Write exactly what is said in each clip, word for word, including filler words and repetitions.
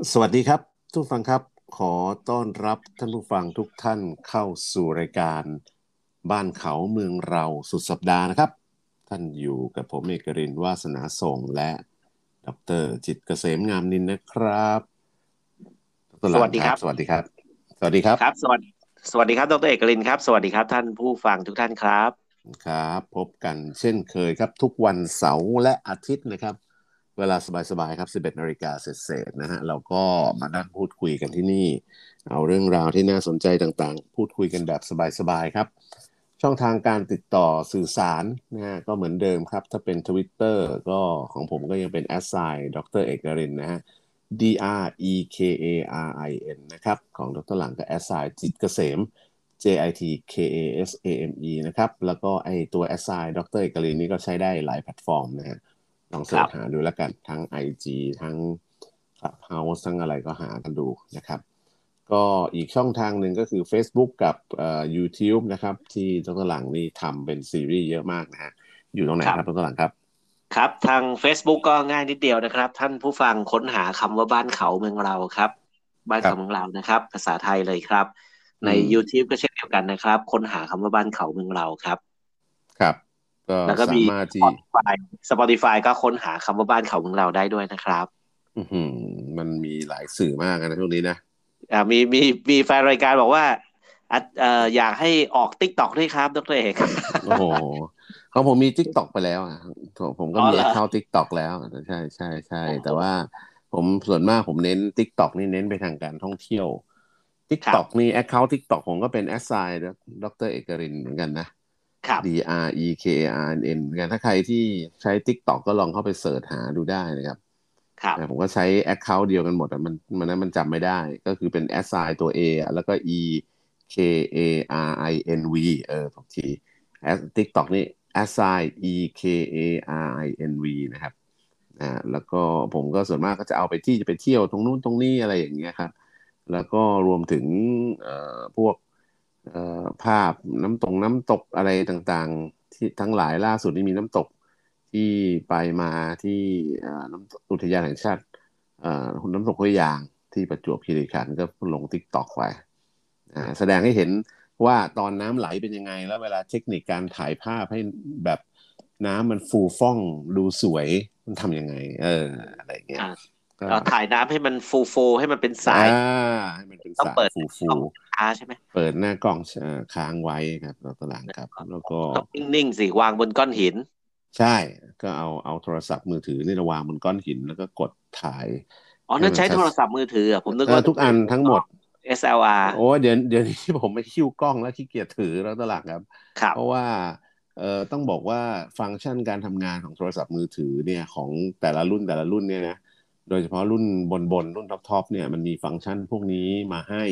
สวัสดีครับทุกฟังครับขอต้อนรับท่านผู้ฟังทุกท่านเข้าสู่รายการบ้านเขาเมืองเราสุดสัปดาห์นะครับท่านอยู่กับผมเอกรินทร์วาสนาส่งและดรจิตรเกษมงามนินนะครับดรหลังครับสวัสดีครับสวัสดีครับสวัสดีครับครับสวัสดีสวัสดีครับดรเอกลินครับสวัสดีครับท่านผู้ฟังทุกท่านครับครับพบกันเช่นเคยครับทุกวันเสาร์และอาทิตย์นะครับเวลาสบายๆครับสิบเอ็ดนาฬิกาเศษๆนะฮะเราก็มานั่งพูดคุยกันที่นี่เอาเรื่องราวที่น่าสนใจต่างๆพูดคุยกันแบบสบายๆครับช่องทางการติดต่อสื่อสารนะฮะก็เหมือนเดิมครับถ้าเป็น Twitter ก็ของผมก็ยังเป็น แอท ไซน์ ดรเอกรินนะฮะ D R E K A R I N นะครับของดรหลังก็ แอท ไซน์ จิตรเกษม J I T K A S A M E นะครับแล้วก็ไอตัว Assign ดรเอกลินนี่ก็ใช้ได้หลายแพลตฟอร์มนะฮะลองคเสิร์ชหารับดูแล้วกันทั้ง ไอ จี ทั้ง Clubhouse ทั้งอะไรก็หากันดูนะครับก็อีกช่องทางหนึ่งก็คือ Facebook กับเอ่อ YouTube นะครับที่ดรหลังนี่ทำเป็นซีรีส์เยอะมากนะฮะอยู่ตรงไหนครับดครับรหลังครับครับทาง Facebook ก็ง่ายนิดเดียวนะครับท่านผู้ฟังค้นหาคำว่าบ้านเขาเมืองเราครับบ้านครับเขาเมืองเรานะครับภาษาไทยเลยครับในอืม YouTube ก็เช่นเดียวกันนะครับค้นหาคำว่าบ้านเขาเมืองเราครับครับก็สาแล้วก็มีมารถที่ Spotify Spotify ก็ค้นหาคำว่าบ้านเขาเมืองเราได้ด้วยนะครับอือหือมันมีหลายสื่อมากนะช่วงนี้นะอ่ามีมีมีแฟนรายการบอกว่าอ่ะเอ่ออยากให้ออก TikTok ด้วยครับดรเอกโอ้โหของผมมี TikTok ไปแล้วอ่ะผมผม ก็มีอ๋อเหรอ account TikTok แล้วใช่ใช่ใช่แต่ว่าผมส่วนมากผมเน้น TikTok นี่เน้นไปทางการท่องเที่ยวครับ TikTok นี่ account TikTok ผมก็เป็น assign ดรเอกรินเหมือนกันนะครับ D R E K A R N N เหมือนกันถ้าใครที่ใช้ TikTok ก็ลองเข้าไปเสิร์ชหาดูได้นะครับครับอ่าผมก็ใช้ account เดียวกันหมดอ่ะมันมันนั้นมันจำไม่ได้ก็คือเป็น assign ตัว A อ่ะแล้วก็ E K A R I N V เออทุกที TikTok นี่ assign E K A R I N V นะครับอ่าแล้วก็ผมก็ส่วนมากก็จะเอาไปที่จะไปเที่ยวตรงนู้นตรงนี้อะไรอย่างเงี้ยครับแล้วก็รวมถึงเอ่อพวกเอ่อภาพน้ำตกน้ำตกอะไรต่างๆที่ทั้งหลายล่าสุดนี่มีน้ำตกที่ไปมาที่เอ่อน้ำอุทยานแห่งชาติเอ่อน้ำตกห้วยยางที่ประจวบคีรีขันธ์ก็ลงติ๊กต็อกไว้อ่าแสดงให้เห็นว่าตอนน้ำไหลเป็นยังไงแล้วเวลาเทคนิคการถ่ายภาพให้แบบน้ำมันฟูฟ่องดูสวยมันทำยังไงเอออะไรอย่างเงี้ยอ่าก็เราถ่ายน้ำให้มันฟูฟูให้มันเป็นอ่าสายให้มันเป็นสายต้องเปิดฟูฟูกล้องช้าใช่ไหมเปิดหน้ากล้องเอ่อค้างไว้ครับแล้วก็หลังครับแล้วก็ต้องนิ่งๆสิวางบนก้อนหินใช่ก็เอาเอาโทรศัพท์มือถือนี่ระวางบนก้อนหินแล้วก็กดถ่ายอ๋อนั่นใช้ให้มันชัดโทรศัพท์มือถืออะผมนึกว่าเอ่อทุกอันทั้งหมดเอส แอล อาร์โอ้ยเดี๋ยวเดี๋ยวนี้ผมไม่คิ้วกล้องแล้วขี้เกียจถือแล้วตอนหลังครับครับเพราะว่าเอ่อต้องบอกว่าฟังก์ชันการทำงานของโทรศัพท์มือถือเนี่ยของแต่ละรุ่นแต่ละรุ่นเนี่ยนะโดยเฉพาะรุ่นบนบนรุ่นท็อปทอปเนี่ยมันมีฟังก์ชันพวกนี้มาให้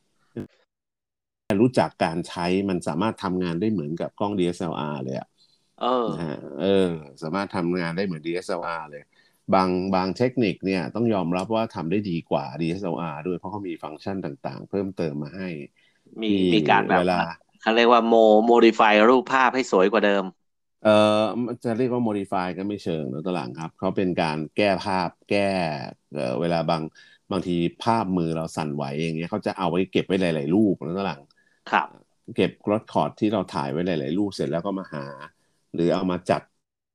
รู้จักการใช้มันสามารถทำงานได้เหมือนกับกล้อง ดี เอส แอล อาร์ เลยอะเออนะฮะเออสามารถทำงานได้เหมือน ดี เอส แอล อาร์ เลยบางบางเทคนิคเนี่ยต้องยอมรับว่าทำได้ดีกว่า ดี เอส แอล อาร์ ด้วยเพราะเขามีฟังก์ชันต่างๆเพิ่มเติมมาให้มีที่มีการแบเวลาบว่าเขาเรียกว่าโมโมดิฟายรูปภาพให้สวยกว่าเดิมเอ่อจะเรียกว่า modify ก็ไม่เชิงนะตัวหลังครับเขาเป็นการแก้ภาพแก้เอ่อเวลาบางบางทีภาพมือเราสั่นไหวอย่างเงี้ยเขาจะเอาไว้เก็บไว้หลายๆรูปนะตัวหลังครับเก็บรคคอร์ดที่เราถ่ายไว้หลายๆรูปเสร็จแล้วก็มาหาหรือเอามาจัด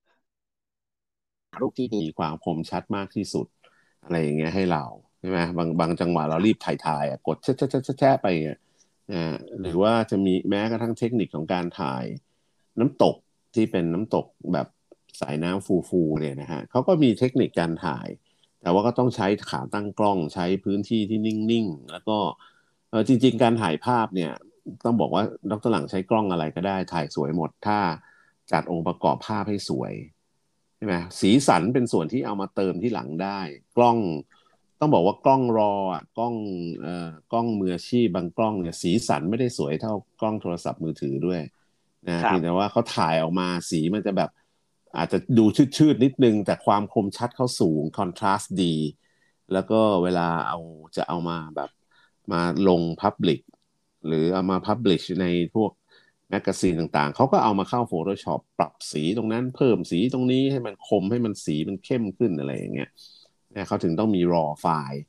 รูปที่มีความคมชัดมากที่สุดอะไรอย่างเงี้ยให้เราใช่ไหมบางบางจังหวะเรารีบถ่ายถ่ายอ่ะกดแชะแชะแชะแชะแชะไปอ่ะอ่าหรือว่าจะมีแม้กระทั่งเทคนิคของการถ่ายน้ำตกที่เป็นน้ำตกแบบสายน้ำฟูๆเนี่ยนะฮะเขาก็มีเทคนิคการถ่ายแต่ว่าก็ต้องใช้ขาตั้งกล้องใช้พื้นที่ที่นิ่งๆแล้วก็เออจริงๆการถ่ายภาพเนี่ยต้องบอกว่าดรหลังใช้กล้องอะไรก็ได้ถ่ายสวยหมดถ้าจัดองค์ประกอบภาพให้สวย ใช่ไหมสีสันเป็นส่วนที่เอามาเติมที่หลังได้กล้องต้องบอกว่ากล้องรออ่ะกล้องเอ่อกล้องมืออาชีพบางกล้องเนี่ยสีสันไม่ได้สวยเท่ากล้องโทรศัพท์มือถือด้วยนะเพียงแต่ครับว่าเขาถ่ายออกมาสีมันจะแบบอาจจะดูชืดๆนิดนึงแต่ความคมชัดเขาสูงคอนทราสต์ดีแล้วก็เวลาเอาจะเอามาแบบมาลงพับลิกหรือเอามาพับลิชในพวก แมกกาซีนต่างๆ เขาก็เอามาเข้า Photoshop ปรับสีตรงนั้นเพิ่มสีตรงนี้ให้มันคมให้มันสีมันเข้มขึ้นอะไรอย่างเงี้ยเนี่ยเขาถึงต้องมี raw ไฟล์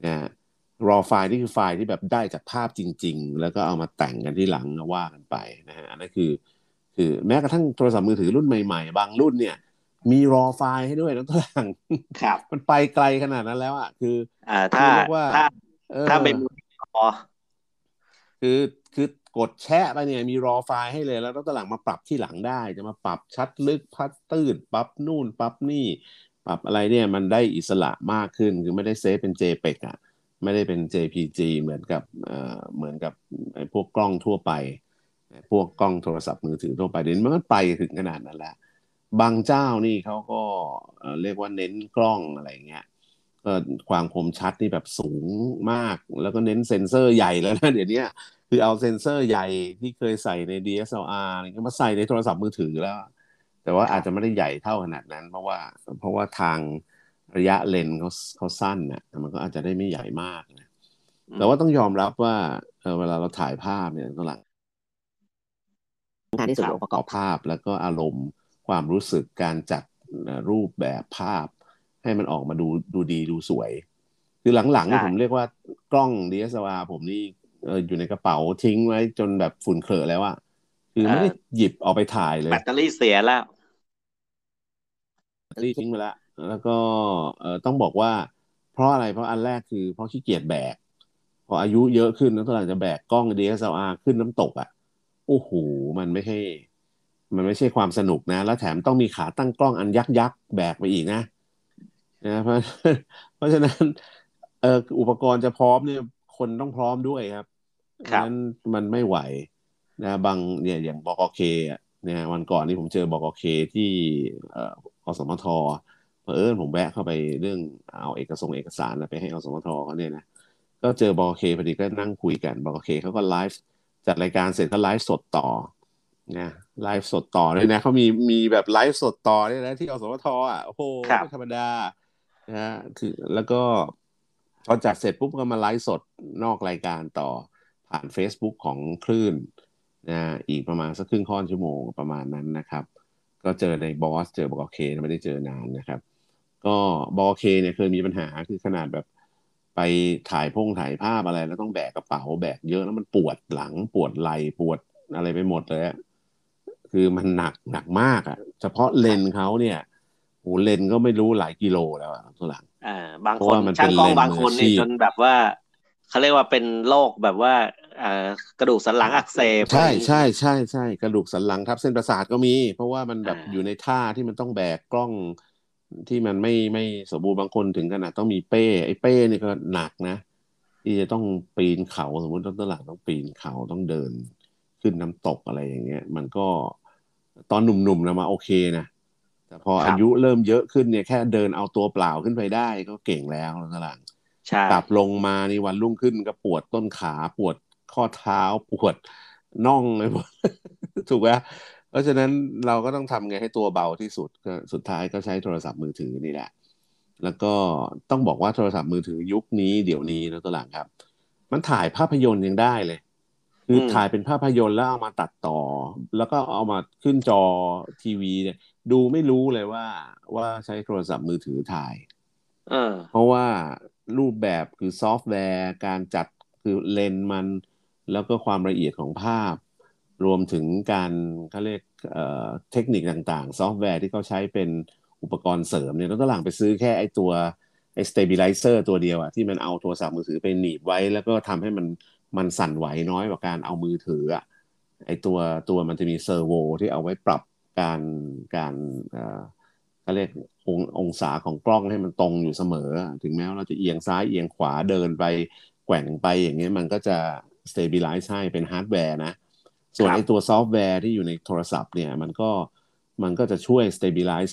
นะ raw ไฟล์นี่คือไฟล์ที่แบบได้จากภาพจริงๆแล้วก็เอามาแต่งกันที่หลังว่ากันไปนะฮะอันนั้นคือคือแม้กระทั่งโทรศัพท์มือถือรุ่นใหม่ๆบางรุ่นเนี่ยมี raw ไฟล์ให้ด้วยนะตัวอย่างครับมันไปไกลขนาดนั้นแล้วอ่ะคืออ่าคืถ้าอเรียกว่าถ้าเออถ้าเมมโมรี่พอคือคือกดแชะไปเนี่ยมีรอไฟล์ให้เลยแล้วตอนหลังมาปรับที่หลังได้จะมาปรับชัดลึกพัดตื้นปรับนู่นปรับนี่ปรับอะไรเนี่ยมันได้อิสระมากขึ้นคือไม่ได้เซฟเป็น JPEG อ่ะไม่ได้เป็น เจ พี จี เหมือนกับเอ่อเหมือนกับไอ้พวกกล้องทั่วไปพวกกล้องโทรศัพท์มือถือทั่วไปเดี๋ยวนี้มันไปถึงขนาดนั้นแล้วบางเจ้านี่เขาก็เอ่อเรียกว่าเน้นกล้องอะไรเงี้ยก็ความคมชัดนี่แบบสูงมากแล้วก็เน้นเซ็นเซอร์ใหญ่แล้วนะเดี๋ยวนี้ คือเอาเซ็นเซอร์ใหญ่ที่เคยใส่ใน ดี เอส แอล อาร์ อะไรเงี้ยมาใส่ในโทรศัพท์มือถือแล้ว แต่ว่าอาจจะไม่ครับได้ใหญ่เท่าขนาดนั้นเพราะว่าเพราะว่าทางระยะเลนส์เขาเขาสั้นน่ะมันก็อาจจะได้ไม่ใหญ่มากนะอืมแต่ว่าต้องยอมรับว่าเออเวลาเราถ่ายภาพเนี่ยตอนหลัง สำคัญที่สุดครับองค์ประกอบภาพแล้วก็อารมณ์ความรู้สึกการจัดรูปแบบภาพให้มันออกมาดูดูดีดูสวยคือหลังๆนี่ผมเรีใช่ยกว่ากล้อง ดี เอส แอล อาร์ ผมนี่เอออยู่ในกระเป๋าทิ้งไว้จนแบบฝุ่นเขอะแล้วอะคือเอ่ไม่ได้อหยิบเอาไปถ่ายเลยแบตเตอรี่เสียแล้วรีบทิ้งไปแล้วแล้วก็เออต้องบอกว่าเพราะอะไรเพราะอันแรกคือเพราะขี้เกียจแบกพออายุเยอะขึ้นแล้วตอนหลังจะแบกกล้อง ดี เอส แอล อาร์ ขึ้นน้ำตกอ่ะโอ้โหมันไม่ใช่มันไม่ใช่ความสนุกนะแล้วแถมต้องมีขาตั้งกล้องอันยักษ์ยักษ์แบกไปอีกนะนะเพราะเพราะฉะนั้นเอออุปกรณ์จะพร้อมเนี่ยคนต้องพร้อมด้วยครับครับงั้นมันไม่ไหวนะบางเนี่ยอย่างบกเคอ่ะเนี่ยวันก่อนนี้ผมเจอบกเคที่เอ่อ อสมทเผอิญผมแวะเข้าไปเรื่องเอาเอกสงค์เอกสารไปให้อสมทเขาเนี่ยนะก็เจอบกเคพอดีก็นั่งคุยกันบกเคเขาก็ไลฟ์จัดรายการเสร็จก็ไลฟ์สดต่อนะไลฟ์สดต่อเลยนะเขามีมีแบบไลฟ์สดต่อเนี่ยนะที่อสมทอ่ะโอ้โหครับไม่ธรรมดานะฮะคือแล้วก็พอจัดเสร็จปุ๊บก็มาไลฟ์สดนอกรายการต่อผ่าน Facebook ของคลื่นนะอีกประมาณสักครึ่งค่อนชั่วโมงประมาณนั้นนะครับ ก็เจอในบอสเจอบกเคไม่ได้เจอนานนะครับก็บกเคเนี่ยเคยมีปัญหาคือขนาดแบบไปถ่ายพงถ่ายภาพอะไรแล้วต้องแบกกระเป๋าแบกเยอะแล้วมันปวดหลังปวดไหล่ปวดอะไรไปหมดเลยอะคือมันหนักหนักมากอ่ะเฉพาะเลนส์ครับเขาเนี่ยโหเลนส์ก็ไม่รู้หลายกิโลแล้วอะตัวหลังอ่าบางเพราะคนว่ามันเป็นช่างกล้องบางเลนส์มือคนนี่จอาชีพนแบบว่าเขาเรียกว่าเป็นโรคแบบว่าเอ่อกระดูกสันหลังอักเสบอะไรใช่อย่างนี้ใช่ใช่ใช่กระดูกสันหลังทับเส้นประสาทก็มีเพราะว่ามันอ่แบบอยู่ในาท่าที่มันต้องแบกกล้องที่มันไม่ไม่สมบูรณ์บางคนถึงขนาดต้องมีเป้ไอ้เป้นี่ก็หนักนะที่จะต้องปีนเขาสมมติต้นหลังต้องปีนเขาต้องเดินขึ้นน้ำตกอะไรอย่างเงี้ยมันก็ตอนหนุ่มๆนะมาโอเคนะแต่พออายุครับเริ่มเยอะขึ้นเนี่ยแค่เดินเอาตัวเปล่าขึ้นไปได้ก็เก่งแล้วต้นหลังใช่กลับลงมานี่วันรุ่งขึ้นก็ปวดต้นขาปวดข้อเท้าปวดน่องเลยหมดถูกไหมเพราะฉะนั้นเราก็ต้องทำไงให้ตัวเบาที่สุดก็สุดท้ายก็ใช้โทรศัพท์มือถือนี่แหละแล้วก็ต้องบอกว่าโทรศัพท์มือถือยุคนี้เดี๋ยวนี้นะตัวหลังครับมันถ่ายภาพยนตร์ยังได้เลยคืออืมถ่ายเป็นภาพยนตร์แล้วเอามาตัดต่อแล้วก็เอามาขึ้นจอทีวีเนี่ยดูไม่รู้เลยว่าว่าใช้โทรศัพท์มือถือถ่ายเออเพราะว่ารูปแบบคือซอฟต์แวร์การจัดคือเลนส์มันแล้วก็ความละเอียดของภาพรวมถึงการเขาเรียกเอ่อเทคนิคต่างๆซอฟต์แวร์ที่เขาใช้เป็นอุปกรณ์เสริมเนี่ยเราต้องหลังไปซื้อแค่ไอ้ตัวไอ้ stabilizer ตัวเดียวอะที่มันเอาโทรศัพท์มือถือไปหนีบไว้แล้วก็ทำให้มันมันสั่นไหวน้อยกว่าการเอามือถืออะไอ้ตัวตัวมันจะมีเซอร์โวที่เอาไว้ปรับการการเอ่อ เขาเรียกององศาของกล้องให้มันตรงอยู่เสมอถึงแม้ว่าเราจะเอียงซ้ายเอียงขวาเดินไปแกว่งไปอย่างเงี้ยมันก็จะ stabilize ให้เป็นฮาร์ดแวร์นะส่ครับวนไอ้ตัวซอฟต์แวร์ที่อยู่ในโทรศัพท์เนี่ยมันก็มันก็จะช่วย stabilize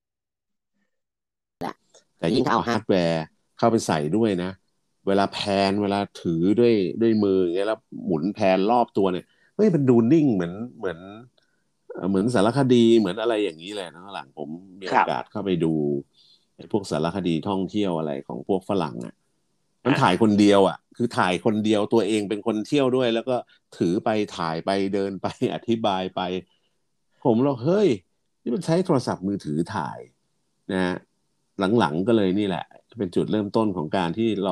แต่ยิ่งถ้าเอาฮาร์ดแวร์เข้าไปใส่ด้วยนะเวลาแพนเวลาถือด้วยด้วยมืออย่างเงี้ยแล้วหมุนแพนรอบตัวเนี่ยเฮ้ยมันดูนิ่งเหมือนเหมือนเอ่อเหมือนสารคดีเหมือนอะไรอย่างนี้เลยนะหลังผมมีโอกาสครับเข้าไปดูไอ้พวกสารคดีท่องเที่ยวอะไรของพวกฝรั่งอ่ะมันถ่ายคอ่านเดียวอ่ะคือถ่ายคนเดียวตัวเองเป็นคนเที่ยวด้วยแล้วก็ถือไปถ่ายไปเดินไปอธิบายไปผมเราเฮ้ยนี่มันใช้โทรศัพท์มือถือถ่ายนะฮะ หลังๆก็เลยนี่แหละเป็นจุดเริ่มต้นของการที่เรา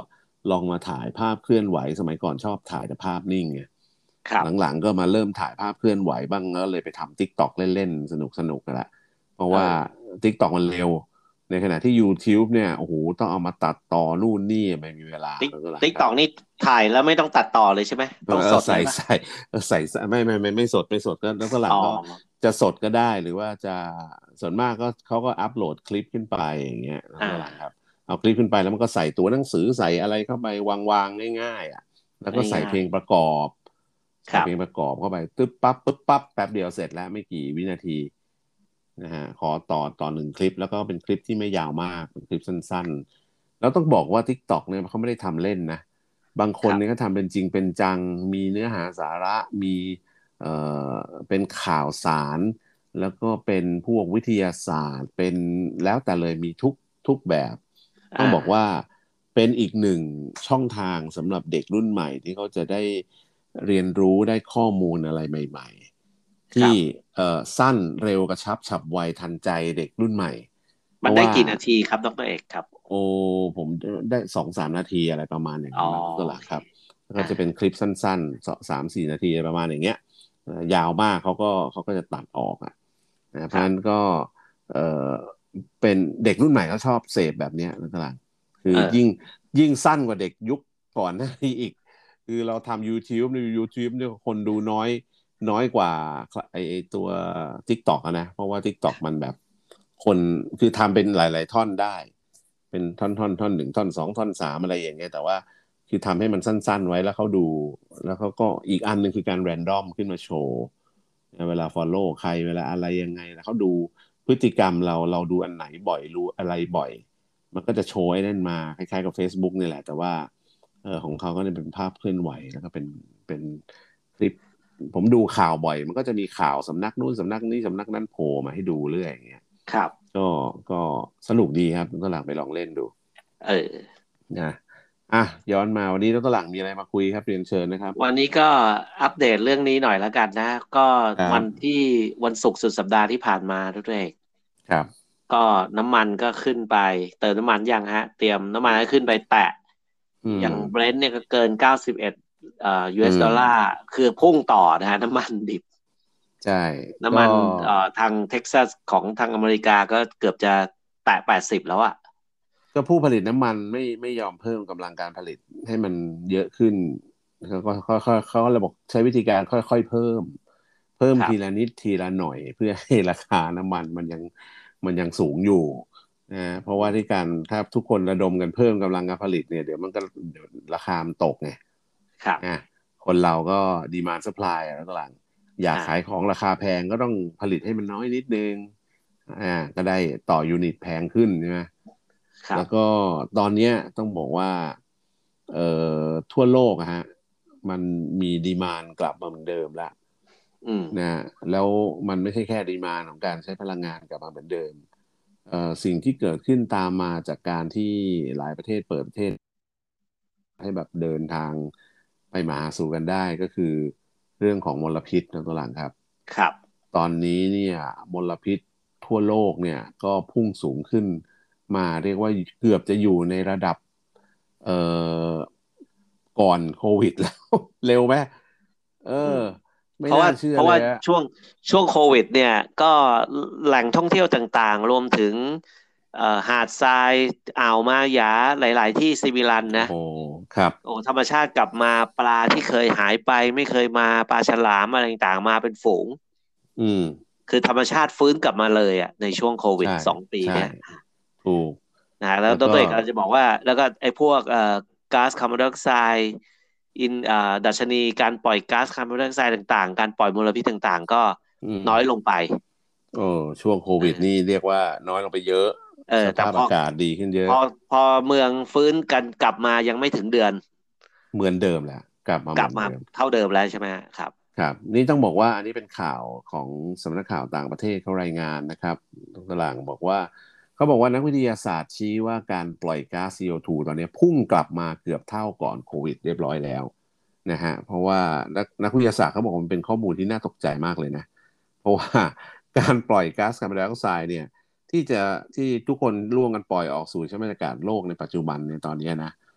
ลองมาถ่ายภาพเคลื่อนไหวสมัยก่อนชอบถ่ายแต่ภาพนิ่งไงครับหลังๆก็มาเริ่มถ่ายภาพเคลื่อนไหวบ้างแล้วเลยไปทำ TikTok เล่นๆสนุกๆกันละเพราะว่าเออ TikTok มันเร็วในขณะที่ YouTube เนี่ยโอ้โหต้องเอามาตัดต่อนู่นนี่ไม่มีเวลาติ๊กแล้วก็หลังครับติ๊กตอกนี่ถ่ายแล้วไม่ต้องตัดต่อเลยใช่ไหมเอต้องสอใส่ดเลยป่ะใส่เออใส่ใส่ไม่ไม่ไม่ไม่สดไม่สดก็แล้วก็หลัอ๋องก็จะสดก็ได้หรือว่าจะส่วนมากก็เขาก็อัปโหลดคลิปขึ้นไปอย่างเงี้ยแล้วอ่ก็หลังครับาเอาคลิปขึ้นไปแล้วมันก็ใส่ตัวหนังสือใส่อะไรเข้าไปวางๆง่ายๆอ่ะแล้วก็ใส่ง่ายเพลงประกอบๆครับใส่เพลงประกอบเข้าไปตึ๊บปั๊บปึ๊บปั๊บแป๊บเดียวเสร็จแล้วไม่กี่วินาทีนะฮะขอต่อต่อหนึ่งคลิปแล้วก็เป็นคลิปที่ไม่ยาวมากเป็นคลิปสั้นๆแล้วต้องบอกว่า TikTok เนี่ยเขาไม่ได้ทำเล่นนะ บางคครับนเนี่ยก็ทำเป็นจริงเป็นจัง มีเนื้อหาสาระ มีเอ่อเป็นข่าวสาร แล้วก็เป็นพวกวิทยาศาสตร์ เป็นแล้วแต่เลยมีทุกทุกแบบ ต้อ่าองบอกว่าเป็นอีกหนึ่งช่องทางสำหรับเด็กรุ่นใหม่ที่เขาจะได้เรียนรู้ได้ข้อมูลอะไรใหม่ๆครัที่บเอ่อสั้นเร็วกระชับฉับไวทันใจเด็กรุ่นใหม่เพมันได้ราะว่ากี่นาทีครับดรเอกครับโอ้ผมได้สองสามนาทีอะไรประมาณอย่างอ๋อนั้นมั้งก็หโอเคลักครับแล้วก็อ่าจะเป็นคลิปสั้นๆสสามสี่นาทีอะไรประมาณอย่างเงี้ยเอ่อยาวมากเขาก็เขาก็จะตัดออกอ่ะนะเพครับราะฉะนั้นก็เออเป็นเด็กรุ่นใหม่เขาชอบเสพแบบเนี้ยนั่นก็หลักคือเออยิ่งยิ่งสั้นกว่าเด็กยุคก่อนหน้านี้อีกคือเราทำ YouTube ใน YouTube เนี่ยคนดูน้อยน้อยกว่าไอไอตัว TikTok อะนะเพราะว่า TikTok มันแบบคนคือทำเป็นหลายๆท่อนได้ เป็นท่อนท่อนท่อนหนึ่งท่อนสองท่อนสามอะไรอย่างเงี้ยแต่ว่าคือทำให้มันสั้นๆไว้แล้วเขาดูแล้วเขาก็อีกอันหนึ่งคือการแรนดอมขึ้นมาโชว์เวลา follow ใครเวลาอะไรยังไงแล้วเขาดูพฤติกรรมเราเราดูอันไหนบ่อยรู้อะไรบ่อยมันก็จะโชว์ไอ้นั่นมาคล้ายๆกับ Facebook นี่แหละแต่ว่าเออของเขาก็จะเป็นภาพเคลื่อนไหวแล้วก็เป็นเป็นคลิปผมดูข่าวบ่อยมันก็จะมีข่าวสำนักนู้นสำนักนี้สำนักนั้นโผล่มาให้ดูเรื่อยอย่างเงี้ยครับก็ก็สนุกดีครับต้องหลังไปลองเล่นดูเออนะอ่ะย้อนมาวันนี้ต้องหลังมีอะไรมาคุยครับเรียนเชิญนะครับวันนี้ก็อัปเดตเรื่องนี้หน่อยแล้วกันนะก็ครับวันที่วันศุกร์สุดสัปดาห์ที่ผ่านมาทุกท่านครับก็น้ำมันก็ขึ้นไปเติมน้ำมันยังฮะเตรียมน้ำมันก็ขึ้นไปแตะอืมอย่างเบรนท์เนี่ยก็เกินเก้าสิบเอ็ดเอ่ออืยู เอส ดอลลามร์คือพุ่งต่อนะฮะน้ำมันดิบใช่ก็น้ำมันเอ่อทางเท็กซัสของทางอเมริกาก็เกือบจะแตะแปดสิบแล้วอะก็ผู้ผลิตน้ำมันไม่ไม่ยอมเพิ่มกำลังการผลิตให้มันเยอะขึ้นเขาก็เขาเขาเขาเลยบอกใช้วิธีการค่อยๆเพิ่มเพิ่มทีละครับนิดทีละหน่อยเพื่อให้ราคาน้ำมันมันยังมันยังสูงอยู่นะเพราะว่าที่การถ้าทุกคนระดมกันเพิ่มกำลังการผลิตเนี่ยเดี๋ยวมันก็เดี๋ยวราคามันตกไงครับอ่ะคนเราก็ดีมานด์ซัพพลายแล้วตลาดอยากอ่าขายของราคาแพงก็ต้องผลิตให้มันน้อยนิดนึงอ่าก็ได้ต่อยูนิตแพงขึ้นใช่ไหมครับแล้วก็ตอนเนี้ยต้องบอกว่าเอ่อทั่วโลกอะฮะมันมีดีมานด์กลับมาเหมือนเดิมแล้วอืมนะแล้วมันไม่ใช่แค่ดีมานด์ของการใช้พลังงานกลับมาเหมือนเดิมเอ่อสิ่งที่เกิดขึ้นตามมาจากการที่หลายประเทศเปิดประเทศ ให้แบบเดินทางไปมาหาสู่กันได้ก็คือเรื่องของมลพิษนะตัวหลังครับครับตอนนี้เนี่ยมลพิษทั่วโลกเนี่ยก็พุ่งสูงขึ้นมาเรียกว่าเกือบจะอยู่ในระดับเอ่อก่อนโควิดแล้วเร็วไหมเออืมอเพราะว่าไม่น่าเชื่เพราะว่าอเลยอะช่วงช่วงโควิดเนี่ยก็แหล่งท่องเที่ยวต่างๆรวมถึงเอ่อหาดทรายอ่าวมาหยาหลายๆที่ซิมิลันนะโอ้โหครับโอ้ธรรมชาติกลับมาปลาที่เคยหายไปไม่เคยมาปลาฉลามอะไรต่างๆมาเป็นฝูงอืมคือธรรมชาติฟื้นกลับมาเลยอ่ะในช่วงโควิดใช่สองปีใช่เนี่ยถูกนะแล้วแล้วก็ดรเอกกำลังจะบอกว่าแล้วก็ไอ้พวกเอ่อก๊าซคาร์บอนไดออกไซด์อินเอ่อดัชนีการปล่อยก๊าซคาร์บอนไดออกไซด์ต่างๆการปล่อยมลพิษต่างๆก็อืมน้อยลงไปโอ้ช่วงโควิดนี่เออเรียกว่าน้อยลงไปเยอะเออสภาพแต่พออากาศดีขึ้นเยอะพอพอเมืองฟื้นกันกลับมายังไม่ถึงเดือนเหมือนเดิมแหละกลับมากลับมาเหมือนเดิมเท่าเดิมแล้วใช่ไหมครับครับนี่ต้องบอกว่าอันนี้เป็นข่าวของสำนักข่าวต่างประเทศเขารายงานนะครับตารางบอกว่าเขาบอกว่านักวิทยาศาสตร์ชี้ว่าการปล่อยก๊าซ ซี โอ ทู ตอนนี้พุ่งกลับมาเกือบเท่าก่อนโควิดเรียบร้อยแล้วนะฮะเพราะว่านักนักวิทยาศาสตร์เขาบอกว่ามันเป็นข้อมูลที่น่าตกใจมากเลยนะเพราะว่าการปล่อยก๊าซคาร์บอนไดออกไซด์เนี่ย ที่จะที่ทุกคนร่วมกันปล่อยออกสู่ชั้นบรรยากาศโลกในปัจจุบันในตอนนี้นะ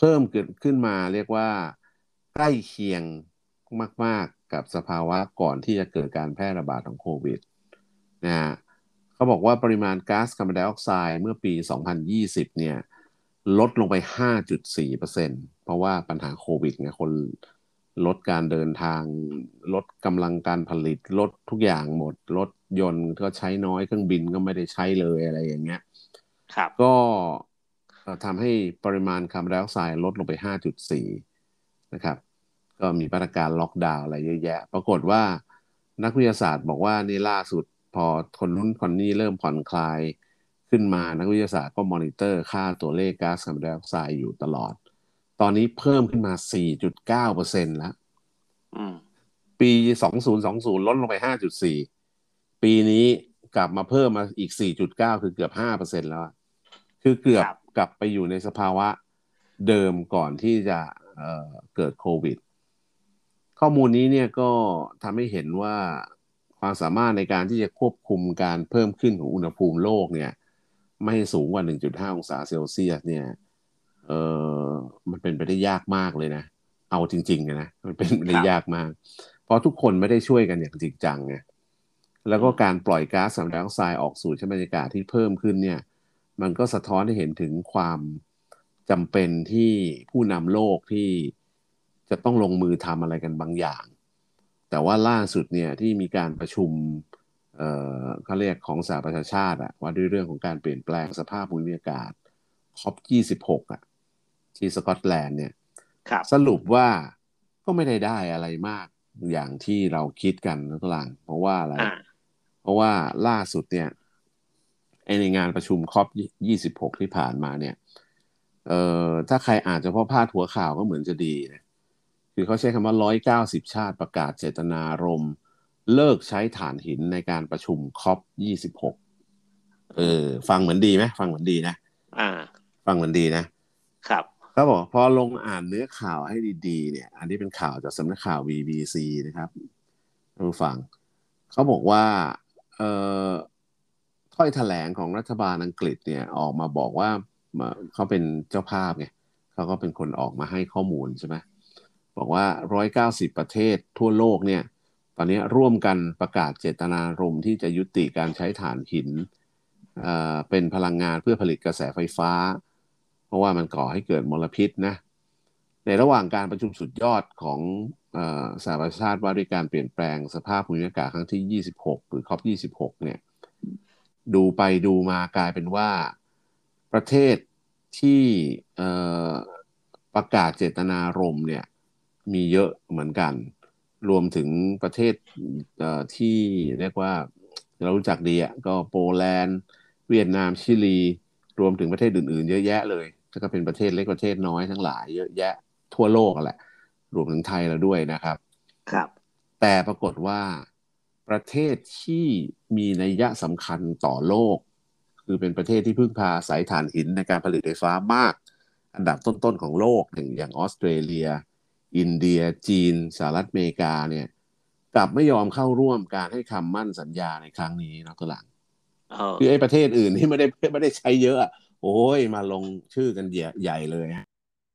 พิ่มเกิดขึ้นมาเรียกว่าใกล้เคียงมากๆกับสภาวะก่อนที่จะเกิดการแพร่ระบาดของโควิดนะฮะเขาบอกว่าปริมาณก๊าซคาร์บอนไดออกไซด์เมื่อปี สองพันยี่สิบ เนี่ยลดลงไป ห้าจุดสี่เปอร์เซ็นต์ เพราะว่าปัญหาโควิดไงคนลดการเดินทางลดกำลังการผลิตลดทุกอย่างหมดรถยนต์ก็ใช้น้อยเครื่องบินก็ไม่ได้ใช้เลยอะไรอย่างเงี้ยครับก็เอ่อทำให้ปริมาณคาร์บอนไดออกไซด์ลดลงไป ห้าจุดสี่ นะครับก็มีมาตรการล็อกดาวน์อะไรเยอะแยะปรากฏว่านักวิทยาศาสตร์บอกว่านี่ล่าสุดพอคนนู้นคนนี้เริ่มผ่อนคลายขึ้นมานักวิทยาศาสตร์ก็มอนิเตอร์ค่าตัวเลขก๊าซคาร์บอนไดออกไซด์อยู่ตลอดตอนนี้เพิ่มขึ้นมา สี่จุดเก้าเปอร์เซ็นต์ แล้วอืมปี สองพันยี่สิบ ลดลงไป ห้าจุดสี่ ปีนี้กลับมาเพิ่มมาอีก สี่จุดเก้า คือเกือบ ห้าเปอร์เซ็นต์ แล้วคือเกือบครับกลับไปอยู่ในสภาวะเดิมก่อนที่จะเอ่อเกิดโควิด ข้อมูลนี้เนี่ยก็ทำให้เห็นว่าความสามารถในการที่จะควบคุมการเพิ่มขึ้นของอุณหภูมิโลกเนี่ยไม่ให้สูงกว่า หนึ่งจุดห้า องศาเซลเซียสเนี่ยเออมันเป็นไปได้ยากมากเลยนะเอาจริงๆนะมันเป็นไปคได้รับยากมากเพราะทุกคนไม่ได้ช่วยกันอย่างจริงจังไงแล้วอืมก็การปล่อยก๊าซคาร์บอนไดออกไซด์ออกสู่ชั้นบรรยากาศที่เพิ่มขึ้นเนี่ยมันก็สะท้อนให้เห็นถึงความจำเป็นที่ผู้นำโลกที่จะต้องลงมือทำอะไรกันบางอย่าง แต่ว่าล่าสุดเนี่ยที่มีการประชุมเอ่อเขาเรียกของสหประชาชาติอะว่าด้วยเรื่องของการเปลี่ยนแปลงสภาพภูมิอากาศ ซี โอ พี ยี่สิบหกอะที่สกอตแลนด์เนี่ยครับสรุปว่าก็ไม่ได้ได้อะไรมากอย่างที่เราคิดกันนะตลังเพราะว่าอะไรอ่าเพราะว่าล่าสุดเนี่ยไอ้ในงานประชุมคอปยี่สิบหกที่ผ่านมาเนี่ยเอ่อถ้าใครอ่านเฉพาะพาดหัวข่าวก็เหมือนจะดีนะ คือเขาใช้คำว่าหนึ่งร้อยเก้าสิบชาติประกาศเจตนารมณ์เลิกใช้ถ่านหินในการประชุมคอปยี่สิบหกเออืมอฟังเหมือนดีไหมฟังเหมือนดีนะอ่าฟังเหมือนดีนะครับเขาบอกพอลงอ่านเนื้อข่าวให้ดีๆเนี่ยอันนี้เป็นข่าวจากสำนักข่าว บี บี ซี นะครับท่านผู้ฟังเขาบอกว่าเอ่อถ้อยแถลงของรัฐบาลอังกฤษเนี่ยออกมาบอกว่ามาเขาเป็นเจ้าภาพไงเขาก็เป็นคนออกมาให้ข้อมูลใช่ไหม บอกว่าหนึ่งร้อยเก้าสิบประเทศทั่วโลกเนี่ยตอนนี้ร่วมกันประกาศเจตนารมณ์ที่จะยุติการใช้ถ่านหินเอ่อเป็นพลังงานเพื่อผลิตกระแสไฟฟ้าเพราะว่ามันก่อให้เกิดมลพิษนะในระหว่างการประชุมสุดยอดของเอ่อสหประชาชาติว่าด้วยการเปลี่ยนแปลงสภาพภูมิอากาศครั้งที่ยี่สิบหกหรือ ซี โอ พี ยี่สิบหกเนี่ยดูไปดูมากลายเป็นว่าประเทศที่เอ่อประกาศเจตนารมณ์เนี่ย มีเยอะเหมือนกัน รวมถึงประเทศเอ่อที่เรียกว่าเรารู้จักดีอ่ะก็โปแลนด์เวียดนามชิลีรวมถึงประเทศอื่นๆเยอะแยะเลยแล้วก็เป็นประเทศเล็กประเทศน้อยทั้งหลายเยอะแยะทั่วโลกอะแหละรวมถึงไทยเราด้วยนะครับครับแต่ปรากฏว่าประเทศที่มีนัยสำคัญต่อโลกคือเป็นประเทศที่พึ่งพาสายถ่านหินในการผลิตไฟฟ้ามากอันดับต้นๆของโลกอย่างอย่างออสเตรเลีย อินเดียจีนสหรัฐอเมริกาเนี่ยกลับไม่ยอมเข้าร่วมการให้คำมั่นสัญญาในครั้งนี้นะตัวหลังเออคือไอ้ประเทศอื่นที่ไม่ได้ไม่ได้ใช้เยอะโอ้ยมาลงชื่อกันใหญ่เลยฮะ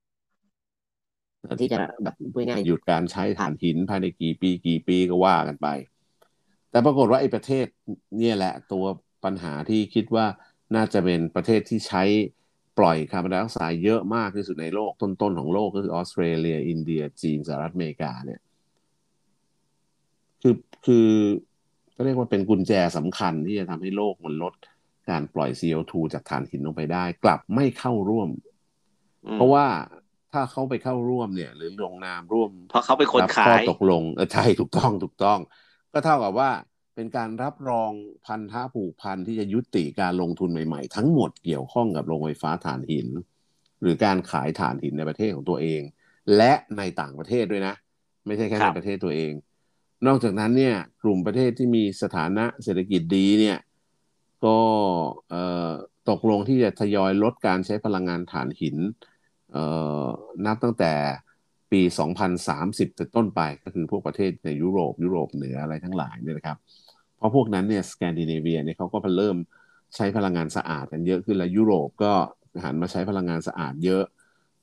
ที่จะแบบพูดง่ายหยุดการใช้ถ่านหินภายในกี่ปีกี่ปีก็ว่ากันไปแต่ปรากฏว่าไอ้ประเทศเนี่ยแหละตัวปัญหาที่คิดว่าน่าจะเป็นประเทศที่ใช้ปล่อยคาร์บอนไดออกไซด์เยอะมากที่สุดในโลกต้นๆของโลกก็คือออสเตรเลียอินเดียจีนสหรัฐอเมริกาเนี่ย คือคือก็เรียกว่าเป็นกุญแจสำคัญที่จะทำให้โลกมันลดการปล่อย ซี โอ ทู จากถ่านหินลงไปได้กลับไม่เข้าร่วมอืมเพราะว่าถ้าเขาไปเข้าร่วมเนี่ยหรือลงนามร่วมเพราะเขาเป็นคนรับข้อขายตกลงเออใช่ถูกต้องถูกต้องก็เท่ากับว่าเป็นการรับรองพันธะผูกพันที่จะยุติการลงทุนใหม่ๆทั้งหมดเกี่ยวข้องกับโรงไฟฟ้าถ่านหินหรือการขายถ่านหินในประเทศของตัวเองและในต่างประเทศด้วยนะไม่ใช่แค่ครับในประเทศตัวเอง นอกจากนั้นเนี่ยกลุ่มประเทศที่มีสถานะเศรษฐกิจดีเนี่ยก็เอ่อตกลงที่จะทยอยลดการใช้พลังงานถ่านหินเอ่อนับตั้งแต่ปีสองพันสามสิบเป็นต้นไปก็คือพวกประเทศในยุโรปยุโรปเหนืออะไรทั้งหลายเนี่ยนะครับเพราะพวกนั้นเนี่ยสแกนดิเนเวียเนี่ยเขาก็เริ่มใช้พลังงานสะอาดกันเยอะขึ้นแล้วยุโรปก็หันมาใช้พลังงานสะอาดเยอะ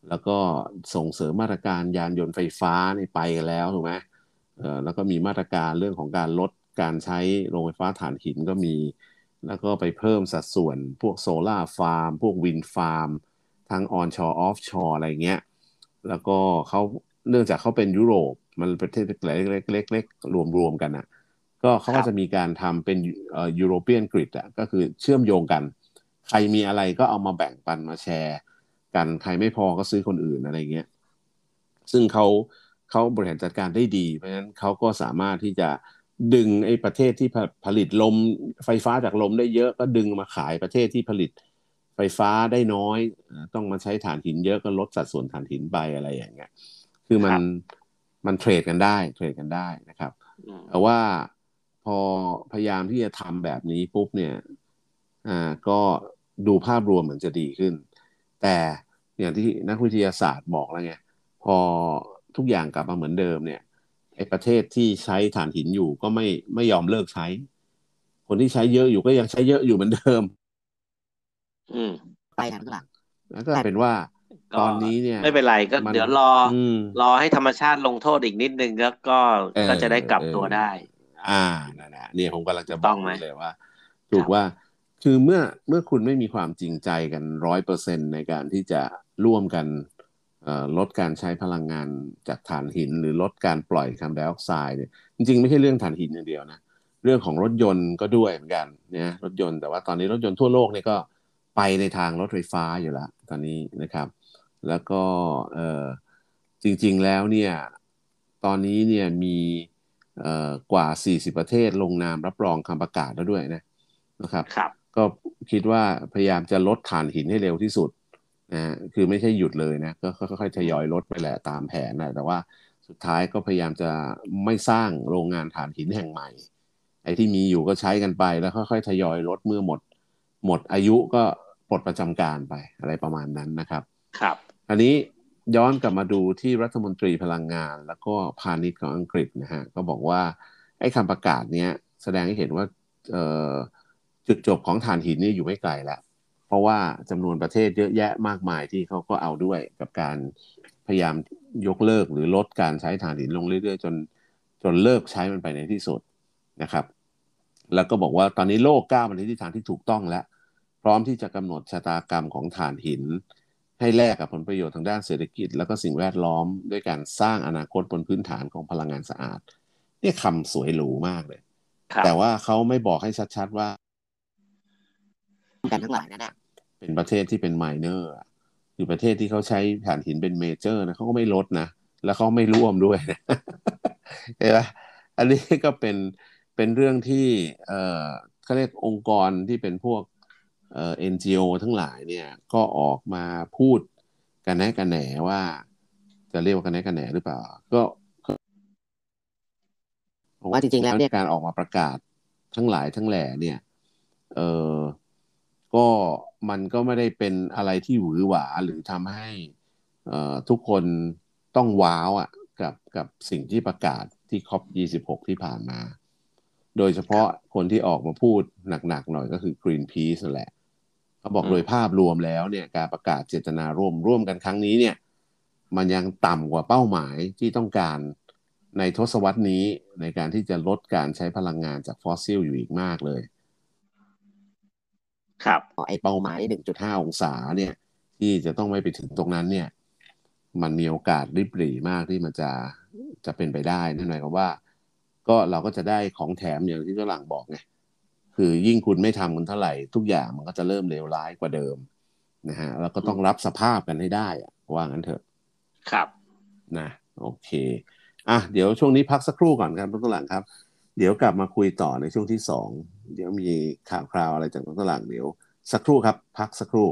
แล้วก็ส่งเสริมมาตรการยานยนต์ไฟฟ้านี่ไปกันแล้วถูกไหมเออแล้วก็มีมาตรการเรื่องของการลดการใช้โรงไฟฟ้าถ่านหินก็มี แล้วก็ไปเพิ่มสัดส่วนพวกโซลาร์ฟาร์มพวกวินฟาร์มทั้งออนชอร์ออฟชอร์อะไรเงี้ยแล้วก็เขาเนื่องจากเขาเป็นยุโรปมันประเทศเล็กๆเล็กๆรวมๆกันอ่ะก็เขาก็จะครับมีการทำเป็นเอ่อยูโรเปียนกริดอ่ะก็คือเชื่อมโยงกันใครมีอะไรก็เอามาแบ่งปันมาแชร์กันใครไม่พอก็ซื้อคนอื่นอะไรเงี้ยซึ่งเขาเขาบริหารจัดการได้ดีเพราะฉะนั้นเขาก็สามารถที่จะดึงไอ้ประเทศที่ผผลิตลมไฟฟ้าจากลมได้เยอะก็ดึงมาขายประเทศที่ผลิตไฟฟ้าได้น้อยเอ่อต้องมาใช้ถ่านหินเยอะก็ลดสัดส่วนถ่านหินไปอะไรอย่างเงี้ยคือมันครับมันเทรดกันได้เทรดกันได้นะครับอืมแต่ว่าพอพยายามที่จะทำแบบนี้ปุ๊บเนี่ยอ่าก็ดูภาพรวมเหมือนจะดีขึ้นแต่อย่างที่นักวิทยาศาสตร์บอกแล้วไง พอทุกอย่างกลับมาเหมือนเดิมเนี่ยไอ้ประเทศที่ใช้ถ่านหินอยู่ก็ไม่ไม่ยอมเลิกใช้คนที่ใช้เยอะอยู่ก็ยังใช้เยอะอยู่เหมือนเดิมอืมไปทางข้างหลังแล้วก็เป็นว่าตก็อนนี้เนี่ยไม่เป็นไรก็มันเดี๋ยวรออืมรอให้ธรรมชาติลงโทษอีกนิดนึงแล้วก็เออก็จะได้กลัเออบตัวได้อ่านั่นนะเนี่ยผมกำลังจะบอกถูกต้องไหมนี่เลยว่าคถูกว่ารับคือเมื่อเมื่อคุณไม่มีความจริงใจกันร้อยเปอร์เซ็นต์ในการที่จะร่วมกันเอ่อลดการใช้พลังงานจากถ่านหินหรือลดการปล่อยคาร์บอนไดออกไซด์เนี่ยจริงๆไม่ใช่เรื่องถ่านหินอย่างเดียวนะเรื่องของรถยนต์ก็ด้วยเหมือนกันเนี่ยรถยนต์แต่ว่าตอนนี้รถยนต์ทั่วโลกเนี่ยก็ไปในทางรถไฟฟ้าอยู่แล้วตอนนี้นะครับ แล้วก็เอ่อจริงๆแล้วเนี่ยตอนนี้เนี่ยมีเอ่อกว่าสี่สิบประเทศลงนามรับรองคำประกาศแล้วด้วยนะนะครับครับก็คิดว่าพยายามจะลดถ่านหินให้เร็วที่สุดนะฮะคือไม่ใช่หยุดเลยนะก็ค่อยๆทอืมยอยลดไปแหละตามแผนนะแต่ว่าสุดท้ายก็พยายามจะไม่สร้างโรงงานถ่านหินแห่งใหม่ไอ้ที่มีอยู่ก็ใช้กันไปแล้วค่อยๆทยอยลดเมื่อหมดหมดอายุก็ปลดประจำการไปอะไรประมาณนั้นนะครับครับอันนี้ย้อนกลับมาดูที่รัฐมนตรีพลังงานแล้วก็พาณิชย์ของอังกฤษนะฮะก็บอกว่าไอ้คำประกาศเนี้ยแสดงให้เห็นว่าเอ่อจุดจบของถ่านหินนี่อยู่ไม่ไกลแล้วเพราะว่าจำนวนประเทศเยอะแยะมากมายที่เขาก็เอาด้วยกับการพยายามยกเลิกหรือลดการใช้ถ่านหินลงเรื่อยๆจนจนเลิกใช้มันไปในที่สุดนะครับแล้วก็บอกว่าตอนนี้โลกก้าวมาในทิศทางที่ถูกต้องแล้วพร้อมที่จะกำหนดชะตากรรมของถ่านหิน ให้แลกกับผลประโยชน์ทางด้านเศรษฐกิจแล้วก็สิ่งแวดล้อมด้วยการสร้างอนาคตบนพื้นฐานของพลังงานสะอาดเนี่ยคำสวยหรูมากเลยแต่ว่าครับเขาไม่บอกให้ชัดๆว่ากันทั้งหลายนั่นนะเป็นประเทศที่เป็นไมเนอร์คือประเทศที่เขาใช้ถ่านหินเป็นเมเจอร์นะเขาก็ไม่ลดนะแล้วเขาไม่ร่วมด้วยนะเห็นไหมอันนี้ก็เป็นเป็นเรื่องที่เอ่อเขาเรียกองค์กรที่เป็นพวก เอ่อ เอ็น จี โอ ทั้งหลายเนี่ยก็ออกมาพูดกันแน่กันแหนว่าจะเรียกว่ากันแน่กันแหนหรือเปล่าก็ผมว่าจริงๆแล้วเนี่ยการออกมาประกาศทั้งหลายทั้งแหล่เนี่ยเออก็มันก็ไม่ได้เป็นอะไรที่หวือหวาหรือทำให้เอ่อทุกคนต้องว้าวอ่ะกับกับสิ่งที่ประกาศที่คอปยี่สิบหกที่ผ่านมาโดยเฉคพาะรับคนที่ออกมาพูดหนักๆหน่อยก็คือ Greenpeace นั่นแหละ เขาบอกอืมโดยภาพรวมแล้วเนี่ยการประกาศเจตนาร่วมร่วมกันครั้งนี้เนี่ยมันยังต่ำกว่าเป้าหมายที่ต้องการในทศวรรษนี้ในการที่จะลดการใช้พลังงานจากฟอสซิลอยู่อีกมากเลยครับไอ้เป้าหมาย หนึ่งจุดห้า องห้าองศาเนี่ยที่จะต้องไม่ไปถึงตรงนั้นเนี่ยมันมีโอกาสริบหรี่มากที่มันจะจะเป็นไปได้นั่นหมายความว่าก็เราก็จะได้ของแถมอย่างที่ฝรั่งบอกไง คือยิ่งคุณไม่ทำกันเท่าไหร่ทุกอย่างมันก็จะเริ่มเลวร้ายกว่าเดิมนะฮะแล้วก็อืมต้องรับสภาพกันให้ได้อะว่างั้นเถอะครับนะโอเคอ่ะเดี๋ยวช่วงนี้พักสักครู่ก่อนครับทุกหลังครับเดี๋ยวกลับมาคุยต่อในช่วงที่สองเดี๋ยวมีข่าวคราวอะไรจากทุกหลังเดี๋ยวสักครู่ครับพักสักครู่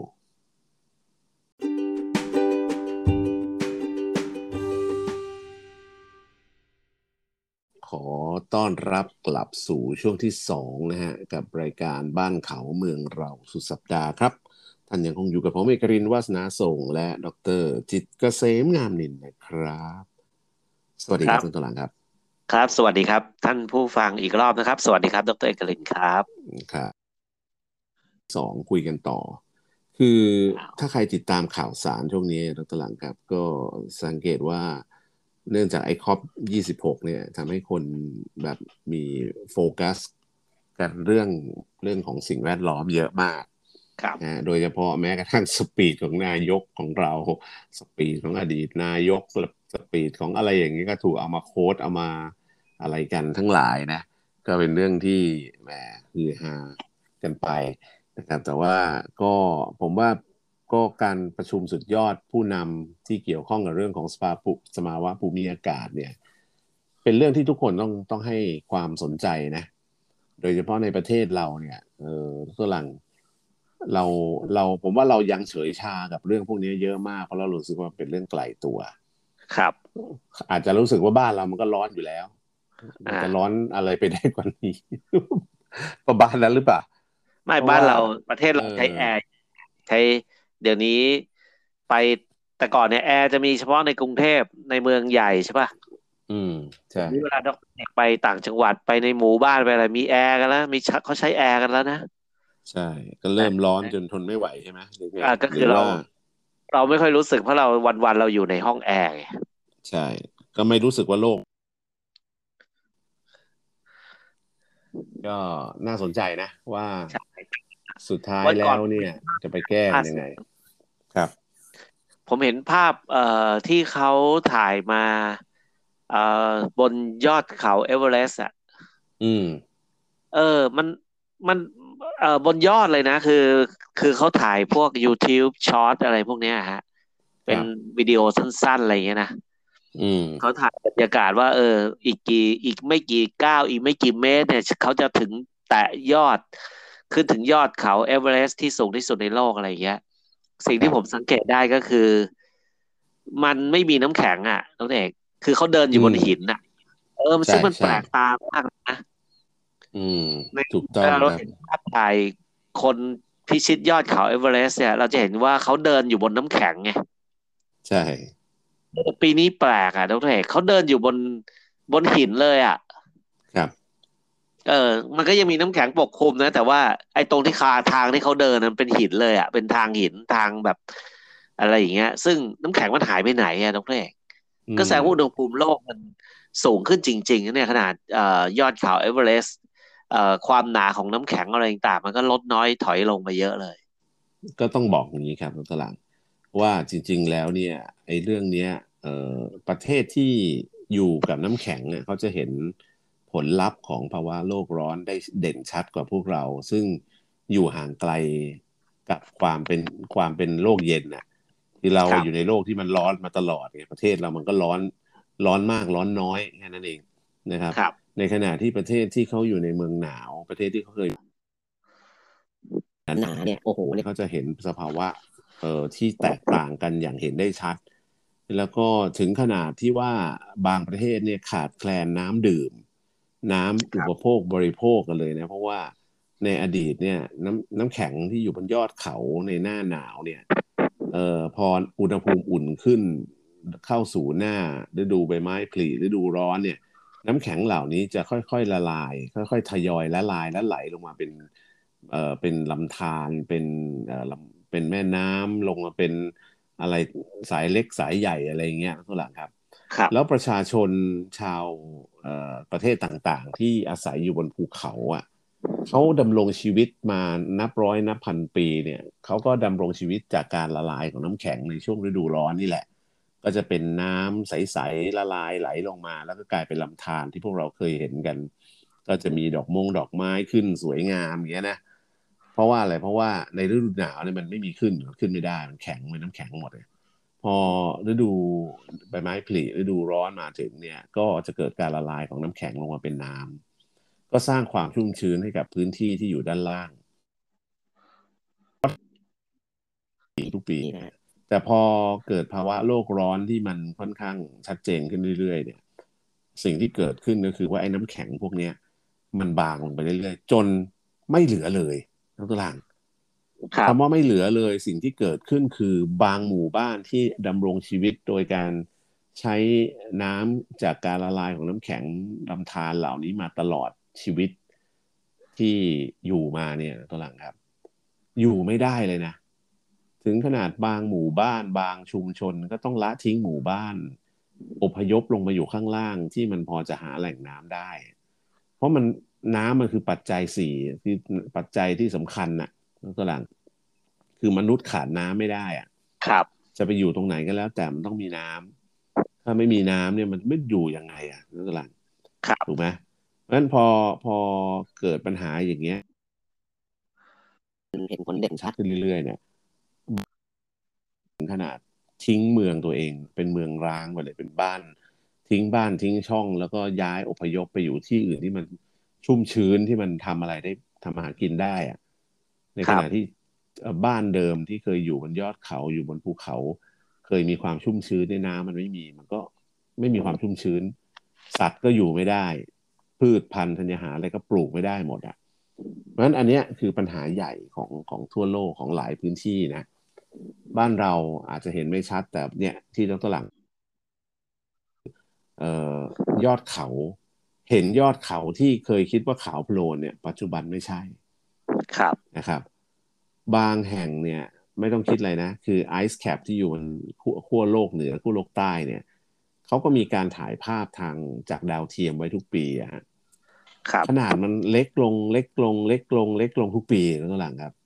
ขอต้อนรับกลับสู่ช่วงที่สองนะฮะกับรายการบ้านเขาเมืองเราสุดสัปดาห์ครับ ท่านยังคงอยู่กับผมเอกรินทร์วาสนาส่งและดรจิตรเกษมงามนินนะครับสวัสดีครับครับคุณตวหลังครับครับสวัสดีครับท่านผู้ฟังอีกรอบนะครับสวัสดีครับดรเอกลินครับครับสองคุยกันต่อคืออ้าวถ้าใครติดตามข่าวสารช่วงนี้ดรหลังครับก็สังเกตว่าเนื่องจากไอ้คอปยี่สิบหกเนี่ยทำให้คนแบบมีโฟกัสกันเรื่องเรื่องของสิ่งแวดล้อมเยอะมากครับนะโดยเฉพาะแม้กระทั่งสปีดของนายกของเราสปีดของอดีตนายกสปีดของอะไรอย่างนี้ก็ถูกเอามาโค้ดเอามาอะไรกันทั้งหลายนะก็เป็นเรื่องที่แหมฮือฮากันไป นะครับแต่ว่าก็ผมว่าก็การประชุมสุดยอดผู้นำที่เกี่ยวข้องกับเรื่องของสภาพุสภาวะภูมิอากาศเนี่ยเป็นเรื่องที่ทุกคนต้องต้องให้ความสนใจนะโดยเฉพาะในประเทศเราเนี่ยเออฝรั่งเราเราผมว่าเรายังเฉยชากับเรื่องพวกนี้เยอะมากเพราะเรารู้สึกว่าเป็นเรื่องไกลตัวครับอาจจะรู้สึกว่าบ้านเรามันก็ร้อนอยู่แล้วมันอ่าจะร้อนอะไรไปได้กว่านี้ประมาณนั้นหรือเปล่าเพราะว่าไม่บ้านเราประเทศเอเราใช้อแอร์ใช้เดี๋ยวนี้ไปแต่ก่อนเนี่ยแอร์จะมีเฉพาะในกรุงเทพในเมืองใหญ่ใช่ป่ะอืมใช่เดี๋ยวนี้เวลาด็อกเตอร์ไปต่างจังหวัดไปในหมู่บ้านไปอะไรมีแอร์กันแล้วมีชักเขาใช้แอร์กันแล้วนะใช่ก็เริ่มร้อนจนทนไม่ไหวใช่ไหมหรือไงอ่าก็คือเราหรือว่าเราไม่ค่อยรู้สึกเพราะเราวันๆเราอยู่ในห้องแอร์ไงใช่ก็ไม่รู้สึกว่าโลกก็น่าสนใจนะว่าใช่สุดท้ายวันก่อนแล้วเนี่ยจะไปแก้ล่าสุดยังไงครับผมเห็นภาพเอ่อที่เขาถ่ายมาเอ่อบนยอดเขาเอเวอเรสต์อ่ะอืมเออมันมันเอ่อบนยอดเลยนะคือคือเขาถ่ายพวก YouTube ช็อตอะไรพวกเนี้ยฮะเป็นครับวิดีโอสั้นๆอะไรอย่างเงี้ยนะอืมเขาถ่ายบรรยากาศว่าเอออีกกี่อีกไม่กี่ก้าวอีกไม่กี่เมตรเนี่ยเขาจะถึงแตะยอดขึ้นถึงยอดเขาเอเวอเรสต์ที่สูงที่สุดในโลกอะไรอย่างเงี้ยสิ่งที่ผมสัครับงเกตได้ก็คือ มันไม่มีน้ำแข็งอ่ะน้องเอกคือเขาเดินอยู่บอืมนหินอ่ะเออใช่ซึ่งมันแปใช่ลกตามากนะอืมในถูกต้เวองครับลาเราเห็นภาพถ่ายคนพิชิตยอดเขาเอเวอเรสต์เนี่ยเราจะเห็นว่าเขาเดินอยู่บนน้ำแข็งไงใช่เออปีนี้แปลกอ่ะน้องเอกเขาเดินอยู่บนบนหินเลยอ่ะครับเออมันก็ยังมีน้ำแข็งปกคลุมนะแต่ว่าไอ้ตรงที่คาทางที่เขาเดินนั้นเป็นหินเลยอ่ะเป็นทางหินทางแบบอะไรอย่างเงี้ยซึ่งน้ำแข็งมันหายไปไหนอ่ะน้องเอกอืมก็แสดงว่าอุณหภูมิโลกมันสูงขึ้นจริงๆนะเนี่ยขนาดเอ่อยอดเขาเอเวอเรสต์เอ่อความหนาของน้ำแข็งอะไรต่างๆมันก็ลดน้อยถอยลงไปเยอะเลยก็ต้องบอกอย่างนี้ครับตลาดว่าจริงๆแล้วเนี่ยไอ้เรื่องเนี้ยเอ่อประเทศที่อยู่กับน้ำแข็งเนี่ยเขาจะเห็นผลลัพธ์ของภาวะโลกร้อนได้เด่นชัดกว่าพวกเราซึ่งอยู่ห่างไกลกับความเป็นความเป็นโลกเย็นน่ะที่เราอยู่ในครับโลกที่มันร้อนมาตลอดไงประเทศเรามันก็ร้อนร้อนมากร้อนน้อยแค่นั้นเองนะครับครับในขณะที่ประเทศที่เขาอยู่ในเมืองหนาวประเทศที่เขาเคย หนาๆเนี่ยโอ้โหเนี่ยเขาจะเห็นสภาวะเอ่อที่แตกต่างกันอย่างเห็นได้ชัดแล้วก็ถึงขนาดที่ว่าบางประเทศเนี่ยขาดแคลนน้ำดื่มน้ำอุปโภคบริโภคกันเลยนะเพราะว่าในอดีตเนี่ยน้ำน้ำแข็งที่อยู่บนยอดเขาในหน้าหนาวเนี่ยเอ่อพออุณหภูมิอุ่นขึ้นเข้าสู่หน้าฤดูใบไม้ผลิฤดูร้อนเนี่ย น้ำแข็งเหล่านี้จะค่อยๆละลายค่อยๆทยอยละลายและไหลลงมาเป็นเอ่อเป็นลำธารเป็นเอ่อลำเป็นแม่น้ำลงมาเป็นอะไรสายเล็กสายใหญ่อะไรเงี้ยทุกหลังครับแล้วครับประชาชนชาวเอ่อประเทศต่างๆที่อาศัยอยู่บนภูเขาอ่ะเขาดำรงชีวิตมานับร้อยนับพันปีเนี่ยเขาก็ดำรงชีวิตจากการละลายของน้ำแข็งในช่วงฤดูร้อนนี่แหละ ก็จะเป็นน้ำใสๆละลายไหลลงมาแล้วก็กลายเป็นลำธารที่พวกเราเคยเห็นกันก็จะมีดอกมงดอกไม้ขึ้นสวยงามอย่างเงี้ยนะเพราะว่าอะไรเพราะว่าในฤดูหนาวเนี่ยมันไม่มีขึ้นขึ้นไม่ได้มันแข็งเป็นน้ำแข็งหมดเลยพอฤดูใบไม้ผลิฤดูร้อนมาถึงเนี่ยก็จะเกิดการละลายของน้ำแข็งลงมาเป็นน้ำก็สร้างความชุ่มชื้นให้กับพื้นที่ที่อยู่ด้านล่าง ทุกปีนะฮะแต่พอเกิดภาวะโลกร้อนที่มันค่อนข้างชัดเจนขึ้นเรื่อยๆเนี่ยสิ่งที่เกิดขึ้นก็คือว่าไอ้น้ำแข็งพวกเนี้ยมันบางลงไปเรื่อยๆจนไม่เหลือเลยทั้งตารางคำว่าครับไม่เหลือเลยสิ่งที่เกิดขึ้นคือบางหมู่บ้านที่ดำรงชีวิตโดยการใช้น้ำจากการละลายของน้ำแข็งลำธารเหล่านี้มาตลอดชีวิตที่อยู่มาเนี่ยตารางครับอยู่ไม่ได้เลยนะถึงขนาดบางหมู่บ้านบางชุมชนก็ต้องละทิ้งหมู่บ้านอพยพลงมาอยู่ข้างล่างที่มันพอจะหาแหล่งน้ำได้เพราะมันน้ำมันคือปัจจัยสี่ที่ปัจจัยที่สำคัญน่ะตัวหลังคือมนุษย์ขาดน้ำไม่ได้อ่ะครับจะไปอยู่ตรงไหนก็แล้วแต่มันต้องมีน้ำถ้าไม่มีน้ำเนี่ยมันไม่อยู่ยังไงอ่ะตัวหลังครับถูกไหมเพราะฉะนั้นพอพอเกิดปัญหาอย่างเงี้ยเห็นผลเด่นชัดขึ้นเรื่อยๆเนี่ย ถึงขนาดทิ้งเมืองตัวเองเป็นเมืองร้างไปเลยเป็นบ้านทิ้งบ้านทิ้งช่องแล้วก็ย้ายอพยพไปอยู่ที่อื่นที่มันชุ่มชื้นที่มันทำอะไรได้ทำอาหารกินได้อะในครับขณะที่เอ่อบ้านเดิมที่เคยอยู่บนยอดเขาอยู่บนภูเขาเคยมีความชุ่มชื้นในน้ำมันไม่มีมันก็ไม่มีความชุ่มชื้นสัตว์ก็อยู่ไม่ได้พืชพันธุ์ธัญญาหารอะไรก็ปลูกไม่ได้หมดอ่ะเพราะฉะนั้นอันเนี้ยคือปัญหาใหญ่ของของทั่วโลกของหลายพื้นที่นะ บ้านเราอาจจะเห็นไม่ชัดแต่เนี่ยที่ดรหลังเอ่อยอดเขาเห็นยอดเขาที่เคยคิดว่าขาวโพลนเนี่ยปัจจุบันไม่ใช่ครับนะครับบางแห่งเนี่ยไม่ต้องคิดอะไรนะคือไอซ์แคปที่อยู่บนขั้วขั้วโลกเหนือขั้วโลกใต้เนี่ยเขาก็มีการถ่ายภาพทางจากดาวเทียมไว้ทุกปีอะฮะครับขนาดมันเล็กลงเล็กลงเล็กลงเล็กลงทุกปีแล้วตัวหลังครับ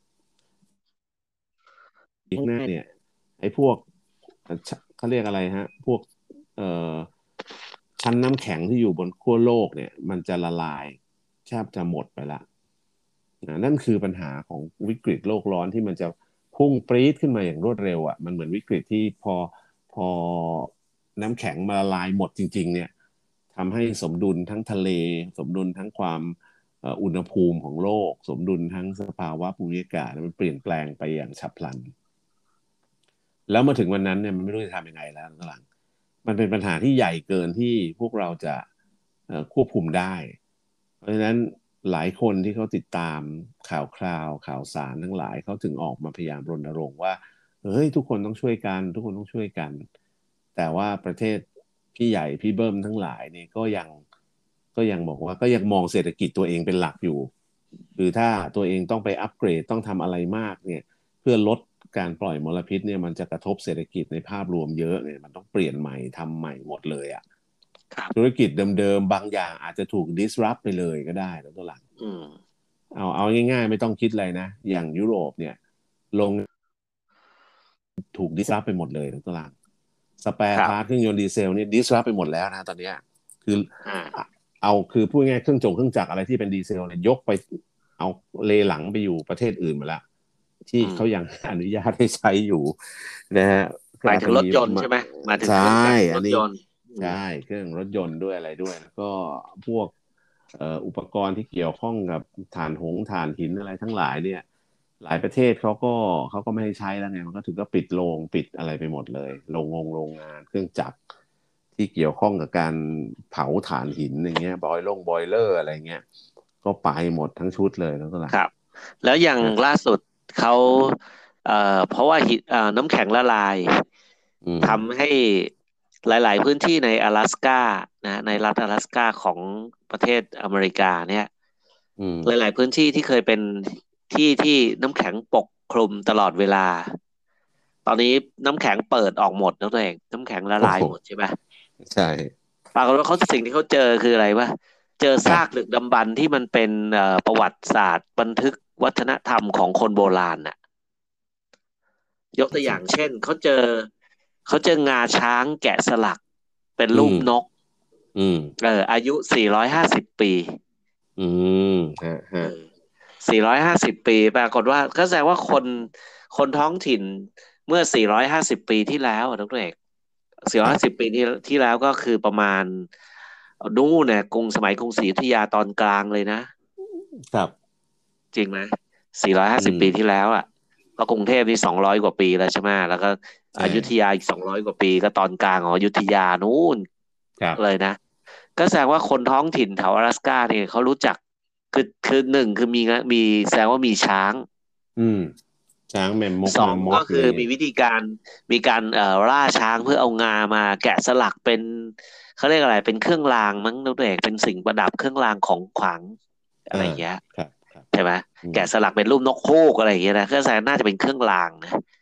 อีกหน้าเนี่ยไอ้พวกเอ่อชเขาเรียกอะไรฮะพวกเอ่อ ชั้นน้ำแข็งที่อยู่บนขั้วโลกเนี่ยมันจะละลายแทบจะหมดไปละนะนั่นคือปัญหาของวิกฤตโลกร้อนที่มันจะพุ่งปรี๊ดขึ้นมาอย่างรวดเร็วอ่ะมันเหมือนวิกฤตที่พอพอน้ำแข็งมาละลายหมดจริงๆเนี่ยทำให้สมดุลทั้งทะเลสมดุลทั้งความเอ่ออุณหภูมิของโลกสมดุลทั้งสภาวะภูมิอากาศมันเปลี่ยนแปลงไปอย่างฉับพลัน แล้วมาถึงวันนั้นเนี่ยมันไม่รู้จะทำยังไงแล้วหลังมันเป็นปัญหาที่ใหญ่เกินที่พวกเราจะเอ่อควบคุมได้เพราะฉะนั้นหลายคนที่เขาติดตามข่าวคราวข่าวสารทั้งหลายเขาถึงออกมาพยายามรณรงค์ว่าเฮ้ยทุกคนต้องช่วยกันทุกคนต้องช่วยกันแต่ว่าประเทศพี่ใหญ่พี่เบิ้มทั้งหลายเนี่ยก็ยังก็ยังบอกว่าก็ยังมองเศรษฐกิจตัวเองเป็นหลักอยู่คือถ้าตัวเองต้องไปอัปเกรดต้องทำอะไรมากเนี่ย เพื่อลดการปล่อยมลพิษเนี่ยมันจะกระทบเศรษฐกิจในภาพรวมเยอะเนี่ยมันต้องเปลี่ยนใหม่ทำใหม่หมดเลยอะธุครับรกิจเดิมๆบางอย่างอาจจะถูก disrupt ไปเลยก็ได้แล้วตัวหลังอืมเอาเอาง่ายๆไม่ต้องคิดอะไรนะอย่างยุโรปเนี่ยลงถูก disrupt ไปหมดเลยแล้วตัวหลังสเปร์พาร์ทเคครับรื่องยนต์ดีเซลเนี่ย disrupt ไปหมดแล้วนะตอนเนี้ยคืออ่าเอาคือพูดง่ายๆเครื่องจงเครื่องจักรอะไรที่เป็นดีเซลเนี่ยยกไปเอาเลหลังไปอยู่ประเทศอื่นหมาแล้ว ที่อืมเขายังอนุญาตให้ใช้อยู่นะฮะก็หมายอาจจะมีถึงรถยนต์ใช่ไหมหมายถึงใช่เครื่องจักรรอันนี้ถยนต์อืมใช่เครื่องรถยนต์ด้วยอะไรด้วยแล้วก็พวกเอ่ออุปกรณ์ที่เกี่ยวข้องกับถ่านหงถ่านหินอะไรทั้งหลายเนี่ยหลายประเทศเขาก็เขาก็ไม่ให้ใช้แล้วไงมันก็ถึงก็ปิดโรงปิดอะไรไปหมดเลยโรงงงโรงงานเครื่องจักรที่เกี่ยวข้องกับการเผาถ่านหินอย่างเงี้ยบอยลงบอยเลอร์อะไรเงี้ยก็ไปหมดทั้งชุดเลยแล้วก็ล่ะครับแล้วอย่างนะล่าสุดเขาเอ่อเพราะว่าหินเอ่อน้ำแข็งละลายอืมทำให้หลายๆพื้นที่ใน阿拉สกานะในรัฐ阿拉สกาของประเทศอเมริกาเนี่ยอืมหลายๆพื้นที่ที่เคยเป็นที่ที่น้ำแข็งปกคลุมตลอดเวลาตอนนี้น้ำแข็งเปิดออกหมดนะตัวเองน้ำแข็งละลายโอ้โหหมดใช่ไหมใช่ปรากฏว่าเขาสิ่งที่เขาเจอคืออะไรวะเจอซากดึครับกดำบรรพ์ที่มันเป็นเอ่อประวัติศาสตร์บันทึกวัฒนธรรมของคนโบราณน่ะยกตัวอย่างเช่นเขาเจอเขาเจองาช้างแกะสลักเป็นอืมรูปนกอืมเอออายุสี่ร้อยห้าสิบปีอืมฮะฮะเออสี่ร้อยห้าสิบปีปรากฏว่าก็แสดงว่าคนคนท้องถิ่นเมื่อสี่ร้อยห้าสิบปีที่แล้วอะดรเอกสี่ร้อยห้าสิบครับปีที่ที่แล้วก็คือประมาณนู่นเนี่ยกรุงสมัยกรุงศรีอยุธยาตอนกลางเลยนะครับจริงไหมสี่ร้อยห้าอืมสิบปีที่แล้วอ่ะก็กรุงเทพนี่สองร้อยกว่าปีแล้วใช่ไหมแล้วก็อใช่ยุธยาอีกสองร้อยกว่าปีก็ตอนกลางของอยุธยานู้นครับเลยนะก็แสดงว่าคนท้องถิ่นแถว阿拉สกาเนี่ยเขารู้จักคือคือหนึ่งคือมีมีแสดงว่ามีช้างอืมช้างแมมมกสองมามอก็คือมีสอะไรเงี้ยวิธีการมีการเอ่อล่าช้างเพื่อเอางามาแกะสลักเป็นเขาเรียกอะไรเป็นเครื่องรางมั้งตัวเองเป็นสิ่งประดับเครื่องรางของขลังอะอ่าไรอย่างเงี้ยครับครับใช่ไหมอืมแกะสลักเป็นรูปนกฮูกอะไรอย่างเงี้ยนะเครื่องแสดงน่าจะเป็นเครื่องรางนะ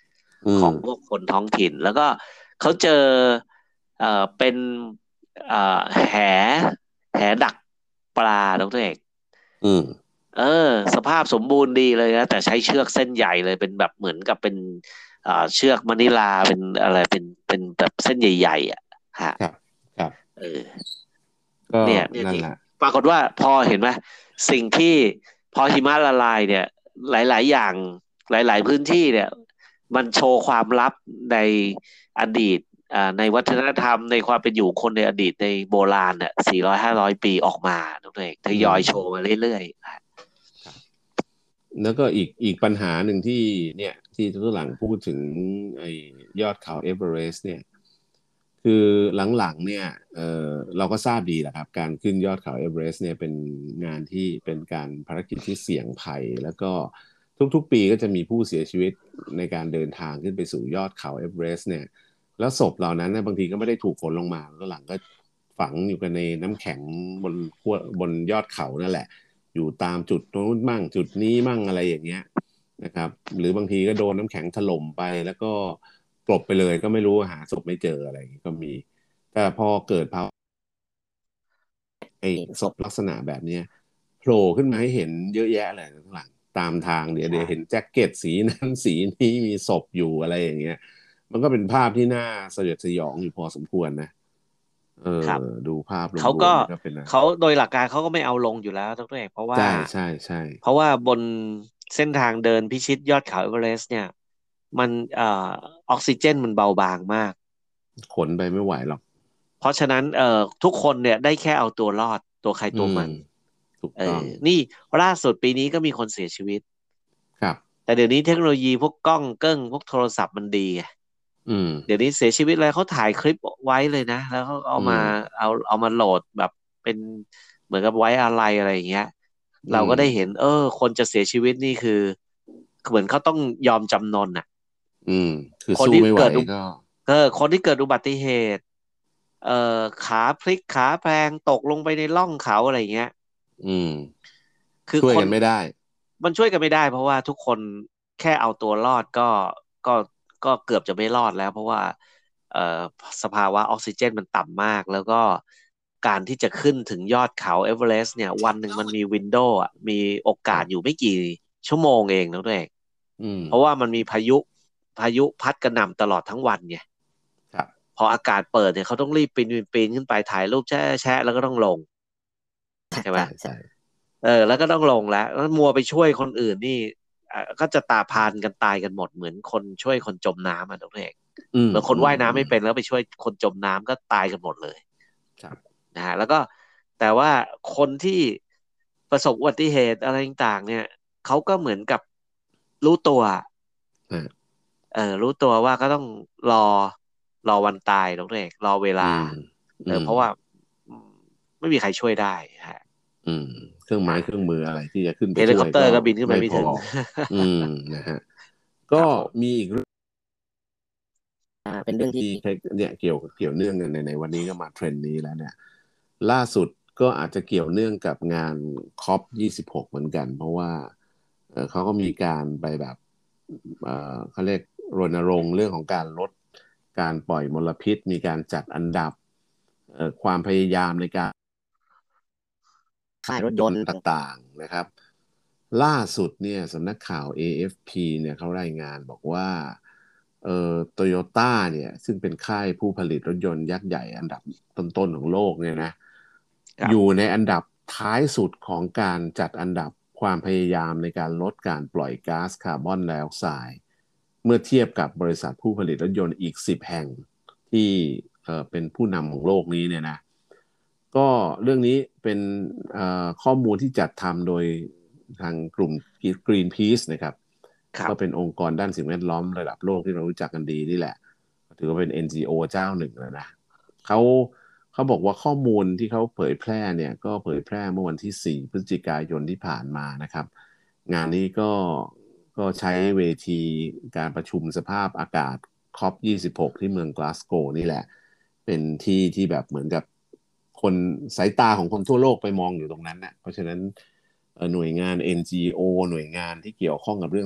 อืมของพวกคนท้องถิ่นแล้วก็เขาเจอเอ่อเป็นเอ่อแหแหดักปลาดรเอกอืมเออสภาพสมบูรณ์ดีเลยนะแต่ใช้เชือกเส้นใหญ่เลยเป็นแบบเหมือนกับเป็นเอ่อเชือกมะนิลาเป็นอะไรเป็นเป็นแบบเส้นใหญ่ๆอ่ะฮะครับครับเออก็เนี่ยเนี่ยที่นั่นแหละปรากฏว่าพอเห็นไหมสิ่งที่พอหิมะละลายเนี่ยหลายๆอย่างหลายๆพื้นที่เนี่ยมันโชว์ความลับในอดีตอ่าในวัฒนธรรมในความเป็นอยู่คนในอดีตในโบราณเนี่ยสี่ร้อยห้าร้อยปีออกมาตัวเองทอืยอยโชว์มมาเรื่อยครับแล้วก็อีกอีกปัญหาหนึ่งที่เนี่ยที่ทุกหลังพูดถึงไอ้ยอดเขาเอเวอเรสต์เนี่ยคือหลังๆเนี่ยเออเราก็ทราบดีแหละครับการขึ้นยอดเขาเอเวอเรสต์เนี่ยเป็นงานที่เป็นการภารกิจที่เสี่ยงภัยแล้วก็ทุกๆปีก็จะมีผู้เสียชีวิตในการเดินทางขึ้นไปสู่ยอดเขาเอเวอเรสต์เนี่ย แล้วศพเหล่านั้นนะบางทีก็ไม่ได้ถูกขนลงมาแล้วหลังก็ฝังอยู่กันในน้ำแข็งบนขั้วบนยอดเขานั่นแหละอยู่ตามจุดโน้นมั่งจุดนี้มั่งอะไรอย่างเงี้ยนะครับหรือบางทีก็โดนน้ำแข็งถล่มไปแล้วก็กลบไปเลยก็ไม่รู้หาศพไม่เจออะไรอย่างเงี้ยก็มีแต่พอเกิดภาวะไอ้ศพลักษณะแบบเนี้ยโผล่ขึ้นมาให้เห็นเยอะแยะเลยข้างหลังตามทางเดี๋ยวๆใช่เดี๋ยวเห็นแจ็คเก็ตสีนั้นสีนี้มีศพอยู่อะไรอย่างเงี้ยมันก็เป็นภาพที่น่าสยดสยองอยู่พอสมควรนะ เอครับอดูภาพเขาก็รวมๆนี่ก็เป็นนะเขาโดยหลักการเขาก็ไม่เอาลงอยู่แล้วตัวเองเพราะว่าใช่ใช่ใช่เพราะว่าบนเส้นทางเดินพิชิตยอดเขาเอเวอเรสต์เนี่ยมันเอ่อออกซิเจนมันเบาบางมากขนไปไม่ไหวหรอกเพราะฉะนั้นเอ่อทุกคนเนี่ยได้แค่เอาตัวรอดตัวใครอืมตัวมันเออถูกต้องนี่ล่าสุดปีนี้ก็มีคนเสียชีวิตครับแต่เดี๋ยวนี้เทคโนโลยีพวกกล้องเกิ้งพวกโทรศัพท์มันดีไงอืมเดี๋ยวนี้เสียชีวิตอะไรเขาถ่ายคลิปไว้เลยนะแล้วเขาเอามาอืมเอาเอามาโหลดแบบเป็นเหมือนกับไว้อะไรอะไรอย่างเงี้ยเราอืมก็ได้เห็นเออคนจะเสียชีวิตนี่คือเหมือนเขาต้องยอมจำนนอ่ะอืมคือคนสู้ไม่ไหวที่เกิดอุก็เออคนที่เกิดอุบัติเหตุ เอ่อขาพลิกขาแพลงตกลงไปในร่องเขาอะไรเงี้ยอืมช่วยคือคนกันไม่ได้มันช่วยกันไม่ได้เพราะว่าทุกคนแค่เอาตัวรอดก็ก็ก็เกือบจะไม่รอดแล้วเพราะว่าเอ่อสภาวะออกซิเจนมันต่ำมากแล้วก็การที่จะขึ้นถึงยอดเขาเอเวอเรสต์เนี่ยวันหนึ่งมันมีวินโดว์อะมีโอกาสอยู่ครับไม่กี่ชั่วโมงเองนะตัวเองอืมเพราะว่ามันมีพายุพายุพัดกระหน่ำตลอดทั้งวันไงครับพออากาศเปิดเนี่ยเขาต้องรีบปีนปีนปีนขึ้นไปถ่ายรูปแช่แชะแล้วก็ต้องลงใช่ไหมใช่ใช่เออแล้วก็ต้องลงแล้วแล้วมัวไปช่วยคนอื่นนี่อ่ะก็จะตาพานกันตายกันหมดเหมือนคนช่วยคนจมน้ำอ่ะน้องเอกอืมเหมือนคนอืมอืมว่ายน้ำไม่เป็นแล้วไปช่วยคนจมน้ำก็ตายกันหมดเลยครับนะฮะแล้วก็แต่ว่าคนที่ประสบอุบัติเหตุอะไรต่างๆเนี่ยเขาก็เหมือนกับรู้ตัวฮะเออรู้ตัวว่าก็ต้องรอรอวันตายน้องเอกรอเวลาอืมอืมเออเพราะว่าอืมไม่มีใครช่วยได้ฮะอืมเครื่องไม้เครื่องอ่ามืออะไรที่จะขึ้นไปเฮลิคอปเตอช่วยก็ร์ก็บินขึ้นไปไม่พอไม่ถึงอืมนะฮะคก็รับผมมีอีกอ่าเป็นเรื่องที่ที่เนี่ยเกี่ยวเกี่ยวเนื่องกันในในวันนี้ก็มาเทรนด์นี้แล้วเนี่ยล่าสุดก็อาจจะเกี่ยวเนื่องกับงานคอปยี่สิบหกเหมือนกันเพราะว่าเอ่อเขาก็มีการไปแบบเอ่อเขาเรียกรณรงค์เรื่องของการลดการปล่อยมลพิษมีการจัดอันดับเอ่อความพยายามในการค่ายรถยนต์ต่างๆนะครับล่าสุดเนี่ยสำนักข่าว เอ เอฟ พี เนี่ยเขารายงานบอกว่าเอ่อโตโยต้าเนี่ยซึ่งเป็นค่ายผู้ผลิตรถยนต์ยักษ์ใหญ่อันดับต้นๆของโลกเนี่ยนะอยู่ครับในอันดับท้ายสุดของการจัดอันดับความพยายามในการลดการปล่อยก๊าซคาร์บอนไดออกไซด์เมื่อเทียบกับบริษัทผู้ผลิตรถยนต์อีกสิบแห่งที่เอ่อเป็นผู้นำของโลกนี้เนี่ยนะ ก็เรื่องนี้เป็นเอ่อข้อมูลที่จัดทำโดยทางกลุ่ม Greenpeace นะครับก็เป็นครับองค์กรด้านสิ่งแวดล้อมระดับโลกที่เรารู้จักกันดีนี่แหละถือว่าเป็น เอ็น จี โอ เจ้าหนึ่งแล้วนะเขาเขาบอกว่าข้อมูลที่เขาเผยแพร่เนี่ยก็เผยแพร่เมื่อวันที่สี่พฤศจิกายนที่ผ่านมานะครับงานนี้ก็ก็ใช้เวทีการประชุมสภาพอากาศ คอป ยี่สิบหกที่เมืองกลาสโกวนี่แหละ เป็นที่ที่แบบเหมือนกับคนสายตาของคนทั่วโลกไปมองอยู่ตรงนั้นนะเพราะฉะนั้นเอ่อหน่วยงาน เอ็น จี โอ หน่วยงานที่เกี่ยวข้องกับเรื่อง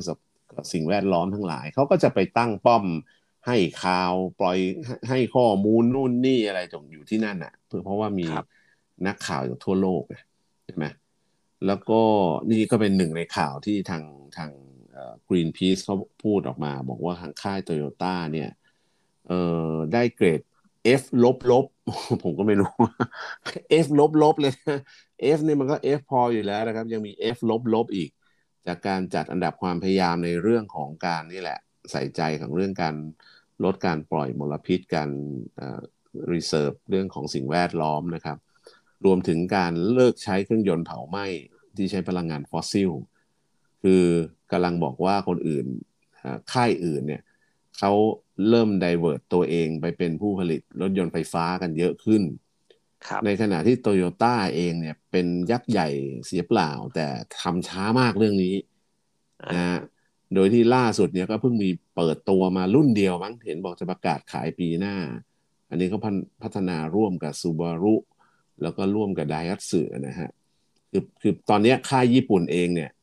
กับสิ่งแวดล้อมทั้งหลายเขาก็จะไปตั้งป้อมให้ข่าวปล่อยให้ข้อมูลนู่นนี่อะไรจงอยู่ที่นั่นอ่ะเพื่อเพราะว่ามีครับนักข่าวจากทั่วโลกไงใช่ไหมแล้วก็นี่ก็เป็นหนึ่งในข่าวที่ทางทางเอ่อ Greenpeace เขาพูดออกมาบอกว่าทางค่ายโตโยต้าเนี่ยเอ่อได้เกรด F ลบลบผมก็ไม่รู้ F ลบลบเลยนะ F เนี่ยมันก็ F พออยู่แล้วนะครับยังมี F ลบลบอีกจากการจัดอันดับความพยายามในเรื่องของการนี่แหละใส่ใจของเรื่องการลดการปล่อยมลพิษการรีเซิร์ฟเรื่องของสิ่งแวดล้อมนะครับรวมถึงการเลิกใช้เครื่องยนต์เผาไหม้ที่ใช้พลังงานฟอสซิลคือกำลังบอกว่าคนอื่นค่ายอื่นเนี่ยเขาเริ่มไดเวิร์ตตัวเองไปเป็นผู้ผลิตรถยนต์ไฟฟ้ากันเยอะขึ้นในขณะที่โตโยต้าเองเนี่ยเป็นยักษ์ใหญ่เสียเปล่าแต่ทำช้ามากเรื่องนี้นะฮะโดยที่ล่าสุดเนี่ยก็เพิ่งมีเปิดตัวมารุ่นเดียวมั้งเห็นบอกจะประกาศขายปีหน้าอันนี้เขาพัฒนาร่วมกับ Subaru แล้วก็ร่วมกับ Daihatsu นะฮะคือคือตอนนี้ค่ายญี่ปุ่นเองเนี่ย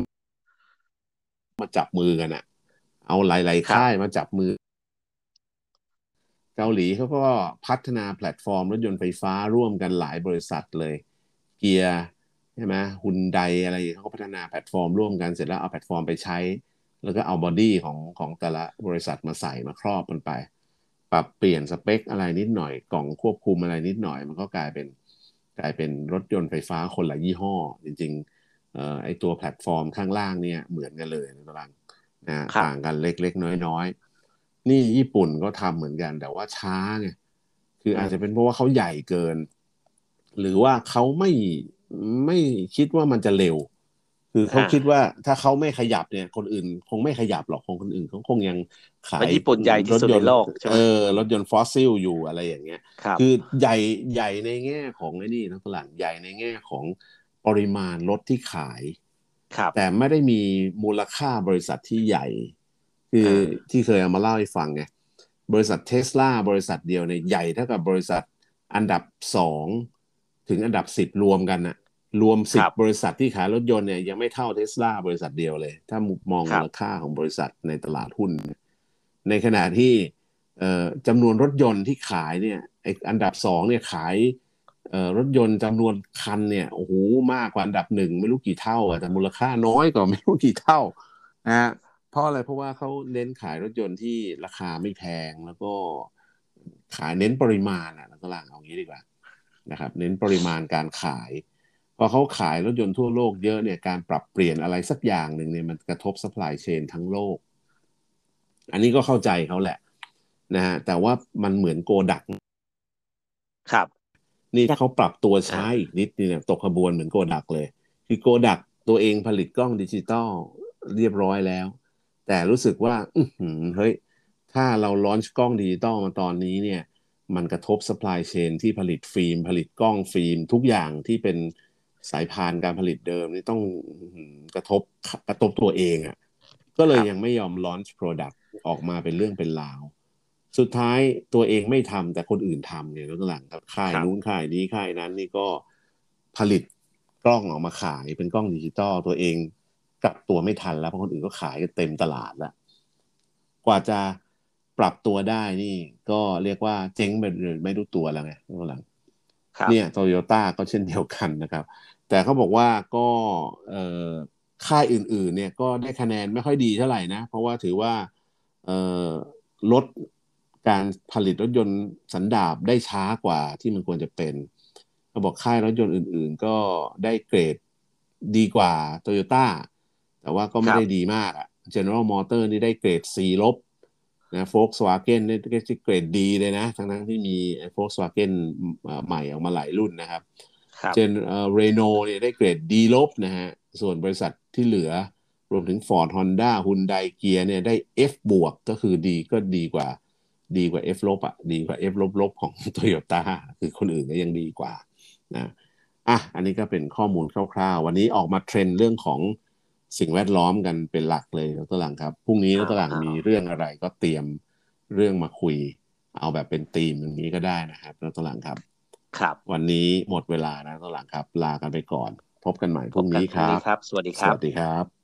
มาจับมือกันอะเอาหลายๆค่ายมาจับมือเกาหลีเขาก็พัฒนาแพลตฟอร์มรถยนต์ไฟฟ้าร่วมกันหลายบริษัทเลยเกียร์ใช่ไหมฮุนไดอะไรเขาก็พัฒนาแพลตฟอร์มร่วมกันเสร็จแล้วเอาแพลตฟอร์มไปใช้แล้วก็เอาบอดี้ของของแต่ละบริษัทมาใส่มาครอบมันไปปรับเปลี่ยนสเปคอะไรนิดหน่อยกล่องควบคุมอะไรนิดหน่อยมันก็กลายเป็นกลายเป็นรถยนต์ไฟฟ้าคนละยี่ห้อจริงๆเอ่อไอตัวแพลตฟอร์มข้างล่างเนี่ยเหมือนกันเลยนะตารางนะต่างกันเล็กๆน้อยๆนี่ญี่ปุ่นก็ทำเหมือนกันแต่ว่าช้าไงคืออาจจะเป็นเพราะว่าเขาใหญ่เกินหรือว่าเขาไม่ไม่คิดว่ามันจะเร็วคือเขาคิดว่าถ้าเขาไม่ขยับเนี่ยคนอื่นคงไม่ขยับหรอกคงคนอื่นเขาคงยังขายญี่ปุ่นใหญ่ที่สุดในโลกใช่ไหมเออรถยนต์ฟอสซิลอยู่อะไรอย่างเงี้ยคือใหญ่ใหญ่ในแง่ของไอ้นี่นะฝรั่งใหญ่ในแง่ของปริมาณรถที่ขายแต่ไม่ได้มีมูลค่าบริษัทที่ใหญ่คือที่เคยเอามาเล่าให้ฟังไงบริษัทเทสลาบริษัทเดียวเนี่ยใหญ่เท่ากับบริษัทอันดับสองถึงอันดับสิบรวมกันนะรวมสิบบริษัทที่ขายรถยนต์เนี่ยยังไม่เท่าเทสลาบริษัทเดียวเลยถ้ามองมูลค่าของบริษัทในตลาดหุ้นในขณะที่จำนวนรถยนต์ที่ขายเนี่ยอันดับสองเนี่ยขายรถยนต์จำนวนคันเนี่ยโอ้โหมากกว่าอันดับหนึ่งไม่รู้กี่เท่าแต่มูลค่าน้อยกว่าไม่รู้กี่เท่านะเพราะอะไรเพราะว่าเขาเน้นขายรถยนต์ที่ราคาไม่แพงแล้วก็ขายเน้นปริมาณอ่ะแล้วก็ล่างเอางี้ดีกว่านะครับเน้นปริมาณการขายพอเขาขายรถยนต์ทั่วโลกเยอะเนี่ยการปรับเปลี่ยนอะไรสักอย่างหนึ่งเนี่ยมันกระทบซัพพลายเชนทั้งโลกอันนี้ก็เข้าใจเขาแหละนะฮะแต่ว่ามันเหมือนโกดักครับนี่ถ้าเขาปรับตัวช้าอีกนิดนี่เนี่ยตกขบวนเหมือนโกดักเลยคือโกดักตัวเองผลิตกล้องดิจิตอลเรียบร้อยแล้วแต่รู้สึกว่าอือหือเฮ้ยถ้าเราลอนช์กล้องดิจิตอลมาตอนนี้เนี่ยมันกระทบซัพพลายเชนที่ผลิตฟิล์มผลิตกล้องฟิล์มทุกอย่างที่เป็นสายพานการผลิตเดิมนี่ต้องกระทบกระทบตัวเองอ่ะก็เลยยังไม่ยอมลอนช์โปรดักต์ออกมาเป็นเรื่องเป็นราวสุดท้ายตัวเองไม่ทำแต่คนอื่นทำเนี่ยแล้วก็หลังครับค่ายนู้นค่ายนี้ค่ายนั้นนี่ก็ผลิตกล้องออกมาขายเป็นกล้องดิจิตอลตัวเองกลับตัวไม่ทันแล้วเพราะคนอื่นก็ขายกันเต็มตลาดแล้วกว่าจะปรับตัวได้นี่ก็เรียกว่าเจ๊งไปเลยไม่รู้ตัวแล้วไงข้างหลังเนี่ยโตโยต้าก็เช่นเดียวกันนะครับแต่เขาบอกว่าก็เอ่อค่ายอื่นๆเนี่ยก็ได้คะแนนไม่ค่อยดีเท่าไหร่นะเพราะว่าถือว่าเอ่อลดการผลิตรถยนต์สันดาปได้ช้ากว่าที่มันควรจะเป็นเขาบอกค่ายรถยนต์อื่นๆก็ได้เกรดดีกว่าโตโยต้าแต่ว่าก็ไม่ได้ดีมากอ่ะ General Motors นี่ได้เกรด C ลบนะ Volkswagen นี่ได้เกรดดีเลยนะทั้งๆที่มี Volkswagen ใหม่ออกมาหลายรุ่นนะครับเจนเอ่อเรโน่เนี่ยได้เกรด D ลบนะฮะส่วนบริษัทที่เหลือรวมถึง Ford Honda Hyundai Kia เนี่ยได้ F บวกก็คือดีก็ดีกว่าดีกว่า F ลบอ่ะดีกว่า F ลบลบของ Toyota คือคนอื่นก็ยังดีกว่านะอ่ะอันนี้ก็เป็นข้อมูลคร่าวๆวันนี้ออกมาเทรนด์เรื่องของสิ่งแวดล้อมกันเป็นหลักเลยดร.หลังครับพรุ่งนี้ดร.หลังมีเรื่องอะไรก็เตรียมเรื่องมาคุยเอาแบบเป็นธีมอย่างนี้ก็ได้นะครับดร.หลังครับครับวันนี้หมดเวลานะดร.หลังครับลากันไปก่อนพบกันใหม่พรุ่งนี้ครับสวัสดีครับสวัสดีครับ